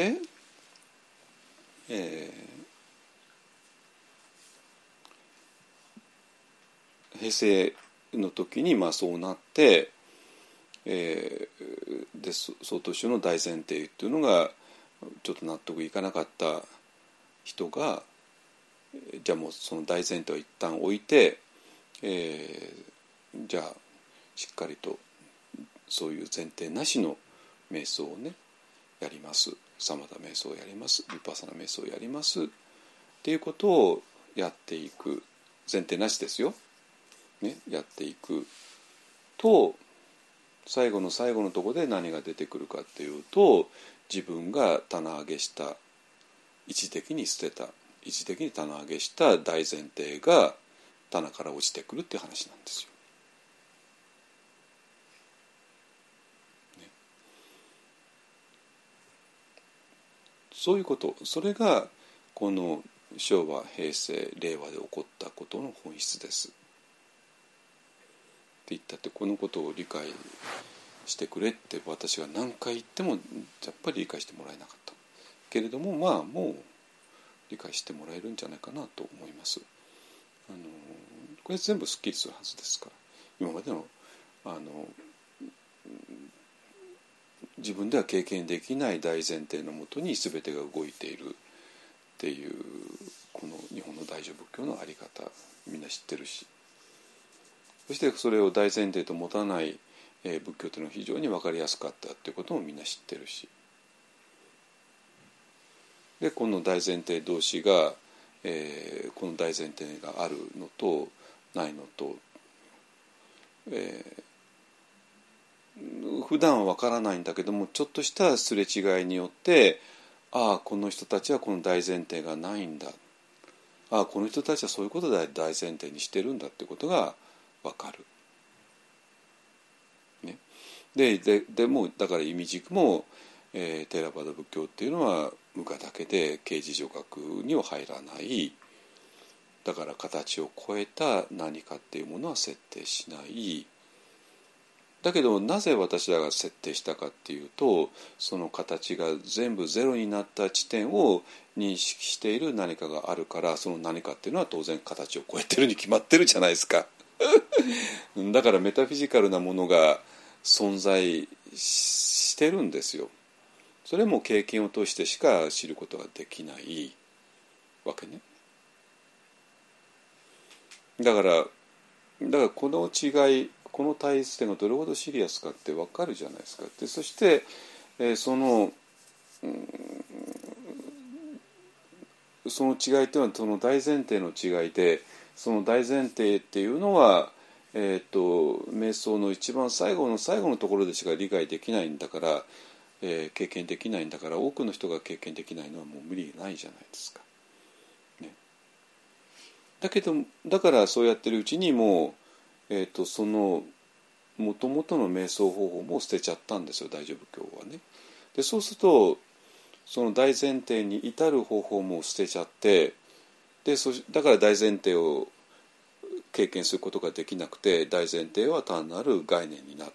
平成の時にそうなって、で曹洞宗の大前提っていうのがちょっと納得いかなかった人が、じゃあもうその大前提を一旦置いて、じゃあしっかりとそういう前提なしの瞑想をねやります、サマタ瞑想をやります、ヴィパッサナ瞑想をやりますっていうことをやっていく、前提なしですよ、ね、やっていくと、最後の最後のところで何が出てくるかっていうと、自分が棚上げした一時的に捨てた一時的に棚上げした大前提が棚から落ちてくるっていう話なんですよ。そういうこと、それがこの昭和平成令和で起こったことの本質ですって言ったって、このことを理解してくれって私が何回言ってもやっぱり理解してもらえなかったけれども、もう理解してもらえるんじゃないかなと思います。これ全部すっきりするはずですから、今までの自分では経験できない大前提のもとに全てが動いているっていうこの日本の大乗仏教の在り方、みんな知ってるし、そしてそれを大前提と持たない仏教というのは非常に分かりやすかったということもみんな知ってるし、でこの大前提同士が、この大前提があるのとないのと、普段は分からないんだけども、ちょっとしたすれ違いによって、ああこの人たちはこの大前提がないんだ、ああこの人たちはそういうことで大前提にしてるんだってことが分かる、ね、でもだから意味軸も、テーラバダ仏教っていうのは無我だけで形而上学には入らない、だから形を超えた何かっていうものは設定しない。だけどなぜ私らが設定したかっていうと、その形が全部ゼロになった地点を認識している何かがあるから、その何かっていうのは当然形を超えてるに決まってるじゃないですかだからメタフィジカルなものが存在してるんですよ。それも経験を通してしか知ることができないわけね。だからこの違い、この対立点がどれほどシリアスかって分かるじゃないですか。でそして、その違いというのはその大前提の違いで、その大前提っていうのは、瞑想の一番最後の最後のところでしか理解できないんだから、経験できないんだから、多くの人が経験できないのはもう無理ないじゃないですか、ね、 だけどだからそうやってるうちにもう、そのもともとの瞑想方法も捨てちゃったんですよ、大乗仏教はね。でそうするとその大前提に至る方法も捨てちゃって、でだから大前提を経験することができなくて、大前提は単なる概念になって、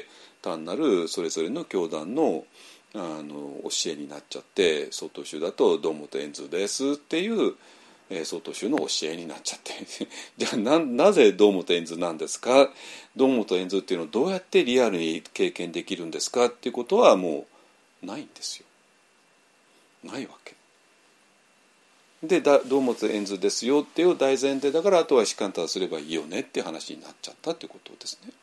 単なるそれぞれの教団の教えになっちゃって、曹洞宗だと堂本円図ですっていう曹洞宗の教えになっちゃってじゃあ なぜ堂本円図なんですか、堂本円図っていうのをどうやってリアルに経験できるんですかっていうことはもうないんですよ。ないわけで、堂本円図ですよっていう大前提だから、あとは士官たすればいいよねっていう話になっちゃったっていうことですね。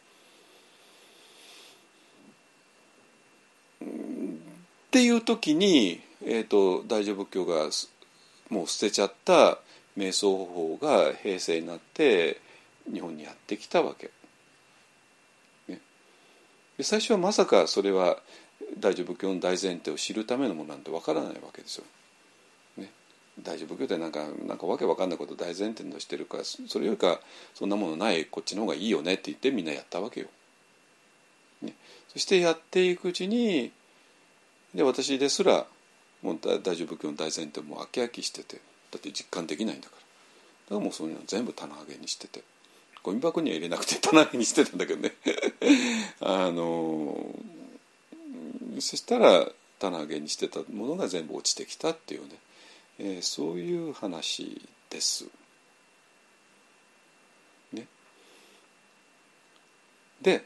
っていう時に、大乗仏教がもう捨てちゃった瞑想方法が平成になって日本にやってきたわけ、ね、で最初はまさかそれは大乗仏教の大前提を知るためのものなんてわからないわけですよ、ね、大乗仏教ってなんかわけわかんないことを大前提としてるから、それよりかそんなものないこっちの方がいいよねって言ってみんなやったわけよ、ね、そしてやっていくうちにで私ですらもう大乗仏教の大前提も飽き飽きしてて、だって実感できないんだから、だからもうそういうの全部棚上げにしてて、ゴミ箱には入れなくて棚上げにしてたんだけどねそしたら棚上げにしてたものが全部落ちてきたっていうね、そういう話です、ね、で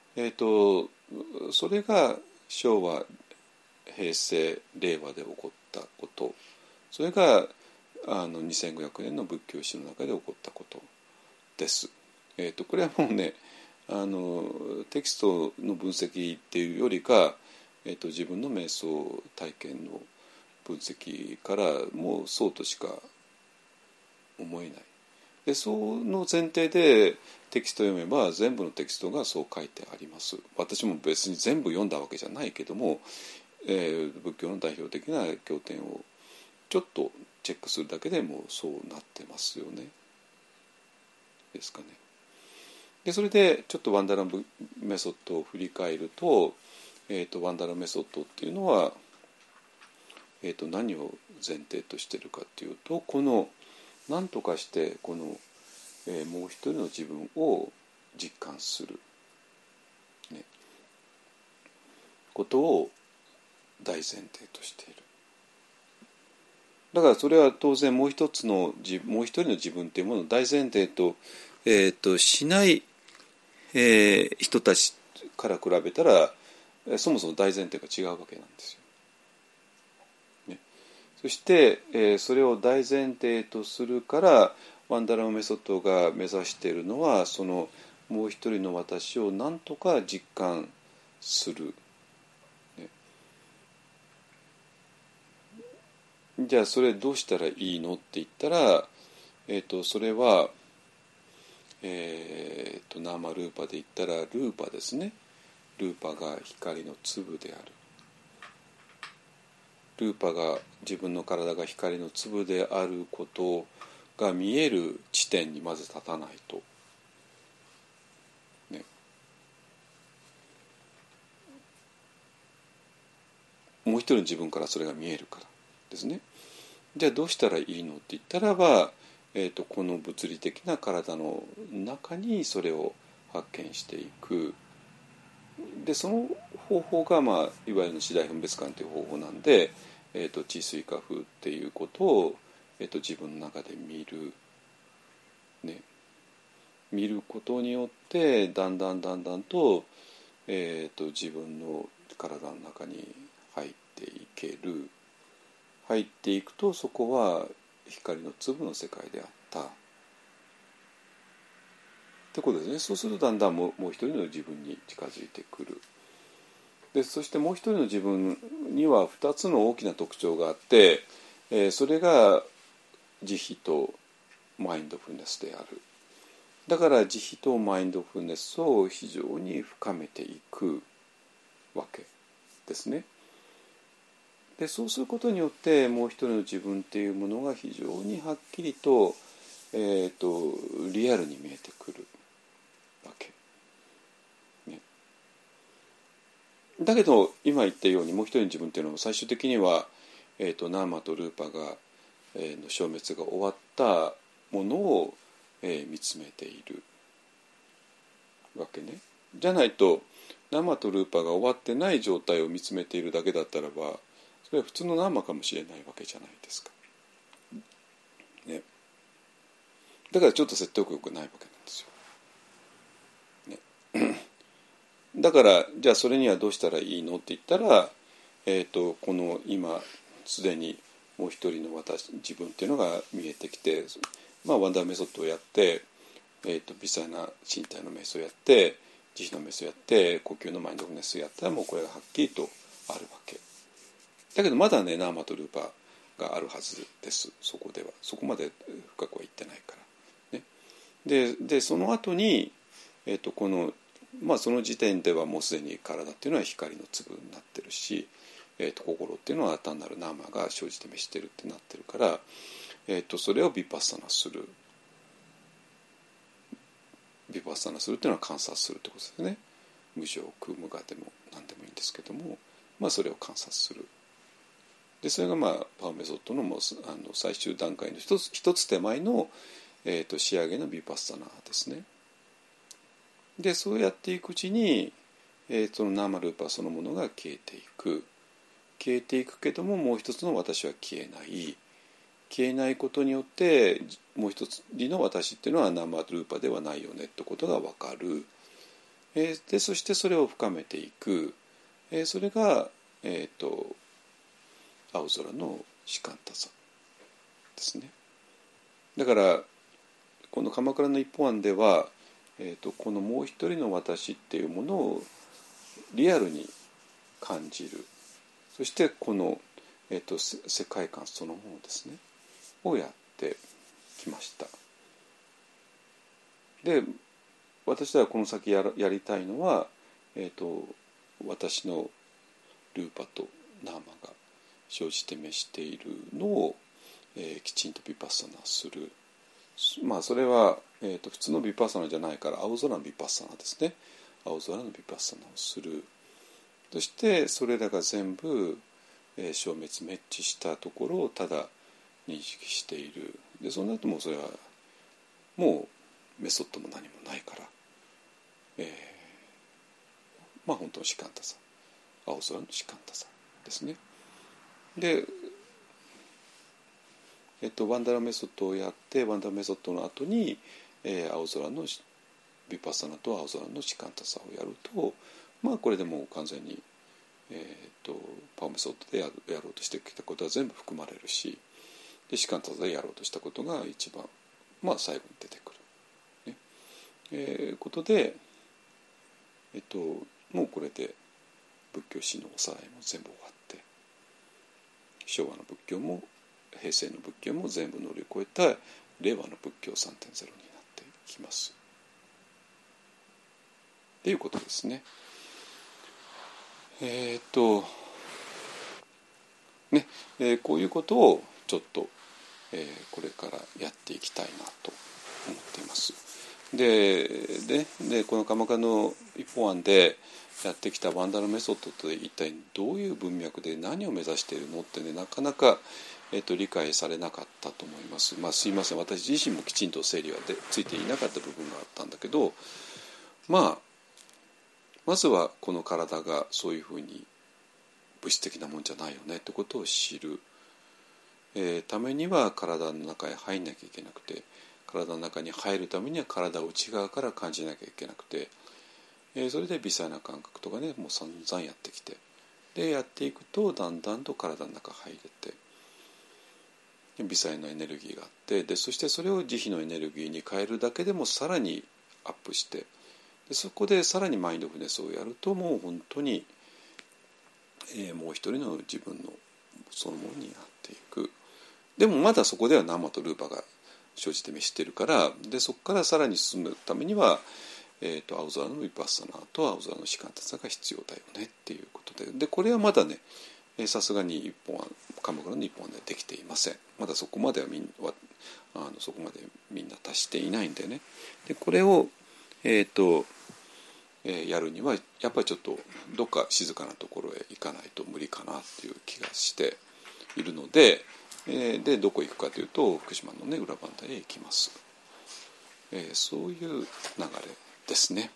それが昭和平成令和で起こったこと、それが2500年の仏教史の中で起こったことです。これはもうねテキストの分析っていうよりか、自分の瞑想体験の分析からもうそうとしか思えない。でその前提でテキストを読めば全部のテキストがそう書いてあります。私も別に全部読んだわけじゃないけども、仏教の代表的な経典をちょっとチェックするだけでもうそうなってますよね。ですかね。でそれでちょっとワンダラメソッドを振り返ると、ワンダラメソッドっていうのは、何を前提としているかっていうと、この何とかしてこの、もう一人の自分を実感する、ね、ことを大前提としている。だからそれは当然もう一人の自分というものを大前提と、しない、人たちから比べたらそもそも大前提が違うわけなんですよ。ね、そして、それを大前提とするからワンダラマメソッドが目指しているのは、そのもう一人の私を何とか実感する。じゃあそれどうしたらいいのって言ったら、それは、ナーマルーパで言ったらルーパですね。ルーパが光の粒である。ルーパが自分の体が光の粒であることが見える地点にまず立たないと、ね、もう一人の自分からそれが見えるからですね。じゃあどうしたらいいのって言ったらば、この物理的な体の中にそれを発見していく。でその方法が、いわゆる次第分別観という方法なんで、地水化風っていうことを、自分の中で見る、ね、見ることによってだんだんと、自分の体の中に入っていける。入っていくとそこは光の粒の世界であったってことですね。そうするとだんだんもう一人の自分に近づいてくる。でそしてもう一人の自分には2つの大きな特徴があって、それが慈悲とマインドフルネスである。だから慈悲とマインドフルネスを非常に深めていくわけですね。でそうすることによってもう一人の自分っていうものが非常にはっきりと、 リアルに見えてくるわけ、ね、だけど今言ったようにもう一人の自分っていうのは最終的には、ナーマとルーパが、の消滅が終わったものを、見つめているわけね。じゃないとナーマとルーパが終わってない状態を見つめているだけだったらばそれは普通のナーマかもしれないわけじゃないですか、ね、だからちょっと説得力ないわけなんですよ、ね、だからじゃあそれにはどうしたらいいのって言ったら、この今すでにもう一人の自分っていうのが見えてきて、ワンダーメソッドをやって、微細な身体の瞑想をやって慈悲の瞑想をやって呼吸のマインドフルネスをやったらもうこれがはっきりとあるわけだけどまだねナーマとルーパがあるはずです。そこではそこまで深くは言ってないから、ね、でその後に、このその時点ではもうすでに体っていうのは光の粒になってるし、心っていうのは単なるナーマが生じて召してるってなってるから、それをヴィパッサナするヴィパッサナするっていうのは観察するってことですね。無常空無我でも何でもいいんですけども、それを観察する。でそれがパウメソッドのもう最終段階の一つ手前の、仕上げのヴィパッサナですね。でそうやっていくうちに、そのナーマルーパそのものが消えていくけどももう一つの私は消えないことによってもう一つの私っていうのはナーマルーパではないよねってことが分かる、でそしてそれを深めていく、それが、青空のシカンタさですね。だからこの鎌倉の一本案では、このもう一人の私っていうものをリアルに感じる、そしてこの、世界観そのものですねをやってきました。で私はこの先やりたいのは、私のルーパとナーマが生じて召しているのを、きちんとヴィパッサナする。それは、普通のヴィパッサナじゃないから青空のヴィパッサナですね。青空のヴィパッサナをする。そしてそれらが全部、消滅滅致したところをただ認識している。でその後もそれはもうメソッドも何もないから、本当のシカンタさ青空のシカンタさですね。で、ワンダラメソッドをやってワンダラメソッドの後に、青空のヴィパッサナと青空のシカンタさをやるとこれでもう完全に、パウメソッドでやろうとしてきたことは全部含まれるしでシカンタさでやろうとしたことが一番最後に出てくる、ねことで、もうこれで仏教史のおさらいも全部終わって昭和の仏教も平成の仏教も全部乗り越えた令和の仏教 3.0 になってきますっていうことですね。こういうことをちょっと、これからやっていきたいなと思っています。でこの鎌倉の一本案でやってきたワンダラメソッドと一体どういう文脈で何を目指しているのってねなかなか、理解されなかったと思います。すいません私自身もきちんと整理はついていなかった部分があったんだけどまずはこの体がそういうふうに物質的なもんじゃないよねってことを知る、ためには体の中へ入んなきゃいけなくて体の中に入るためには体を内側から感じなきゃいけなくて、それで微細な感覚とかねもう散々やってきてでやっていくとだんだんと体の中入れて微細なエネルギーがあってでそしてそれを慈悲のエネルギーに変えるだけでもさらにアップしてでそこでさらにマインドフルネスをやるともう本当に、もう一人の自分のそのものになっていく。でもまだそこではナーマとルーパが生じて召してるからでそこからさらに進むためには、青空のヴィパッサナと青空のシカンタさが必要だよねっていうことでこれはまだねさすがに一本は鎌倉の一本は、ね、できていません。まだそこまではそこまでみんな達していないんでね。でこれを、やるにはやっぱりちょっとどっか静かなところへ行かないと無理かなっていう気がしているので、でどこ行くかというと福島のね裏磐梯へ行きます。そういう流れですね。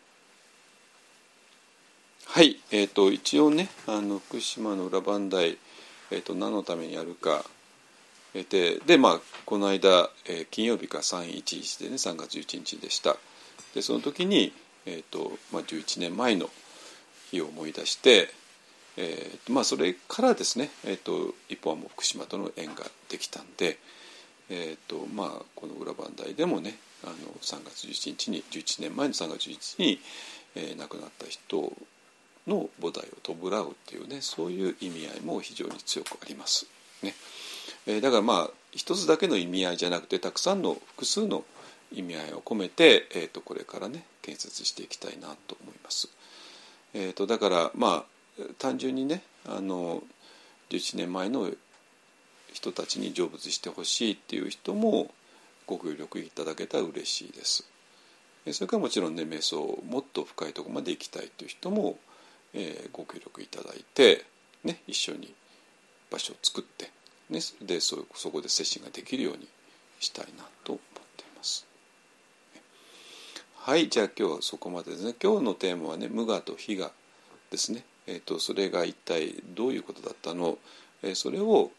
はい、一応ね福島の裏磐梯、何のためにやるか、でまあこの間、金曜日か311でね3月11日でした。でその時に、11年前の日を思い出して、それからですね、一本はもう福島との縁ができたんで、この裏磐梯でもね3月11日に11年前の3月11日に、亡くなった人の菩提を弔うっていうねそういう意味合いも非常に強くありますね。だから一つだけの意味合いじゃなくてたくさんの複数の意味合いを込めて、これからね建設していきたいなと思います。だから単純にね11年前の人たちに成仏してほしいっていう人もご協力いただけたら嬉しいです。それからもちろんね瞑想をもっと深いところまで行きたいという人も、ご協力いただいて、ね、一緒に場所を作って、ね、でそこで接心ができるようにしたいなと思っています。はい、じゃあ今日はそこまでですね。今日のテーマはね無我と非我ですね。それが一体どういうことだったの、それを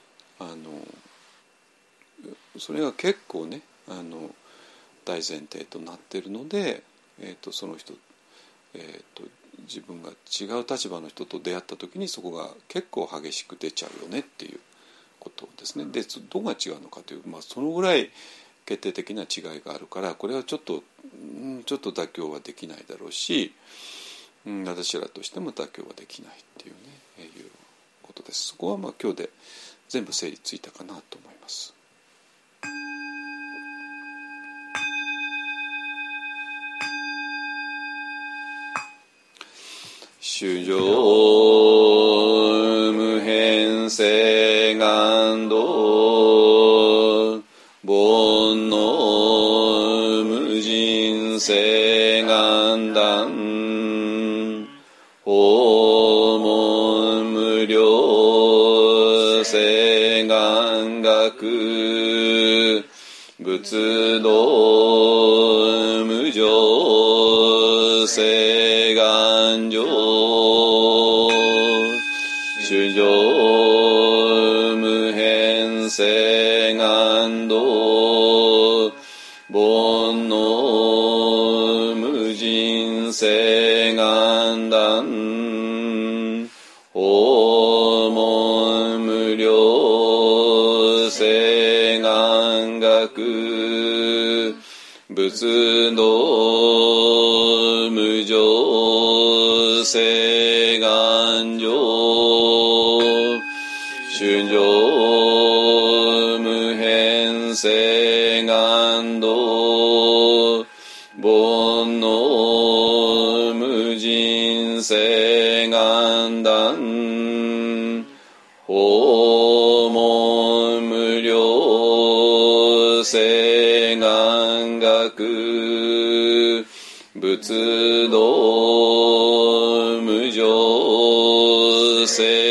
それが結構ね大前提となっているので、その人、自分が違う立場の人と出会った時にそこが結構激しく出ちゃうよねっていうことですね。でどこが違うのかという、そのぐらい決定的な違いがあるからこれはちょっと妥協はできないだろうし、私らとしても妥協はできないっていうねいうことです。そこは今日で全部整理ついたかなと思います。衆生無変性願道煩悩無人性願断訪問無量性願学仏道無常性願上衆生無変性願道煩悩無人性願断訪問無量性願学仏道無常性願上衆生無変性願道煩悩無人性願断訪問無量性願学仏道無常性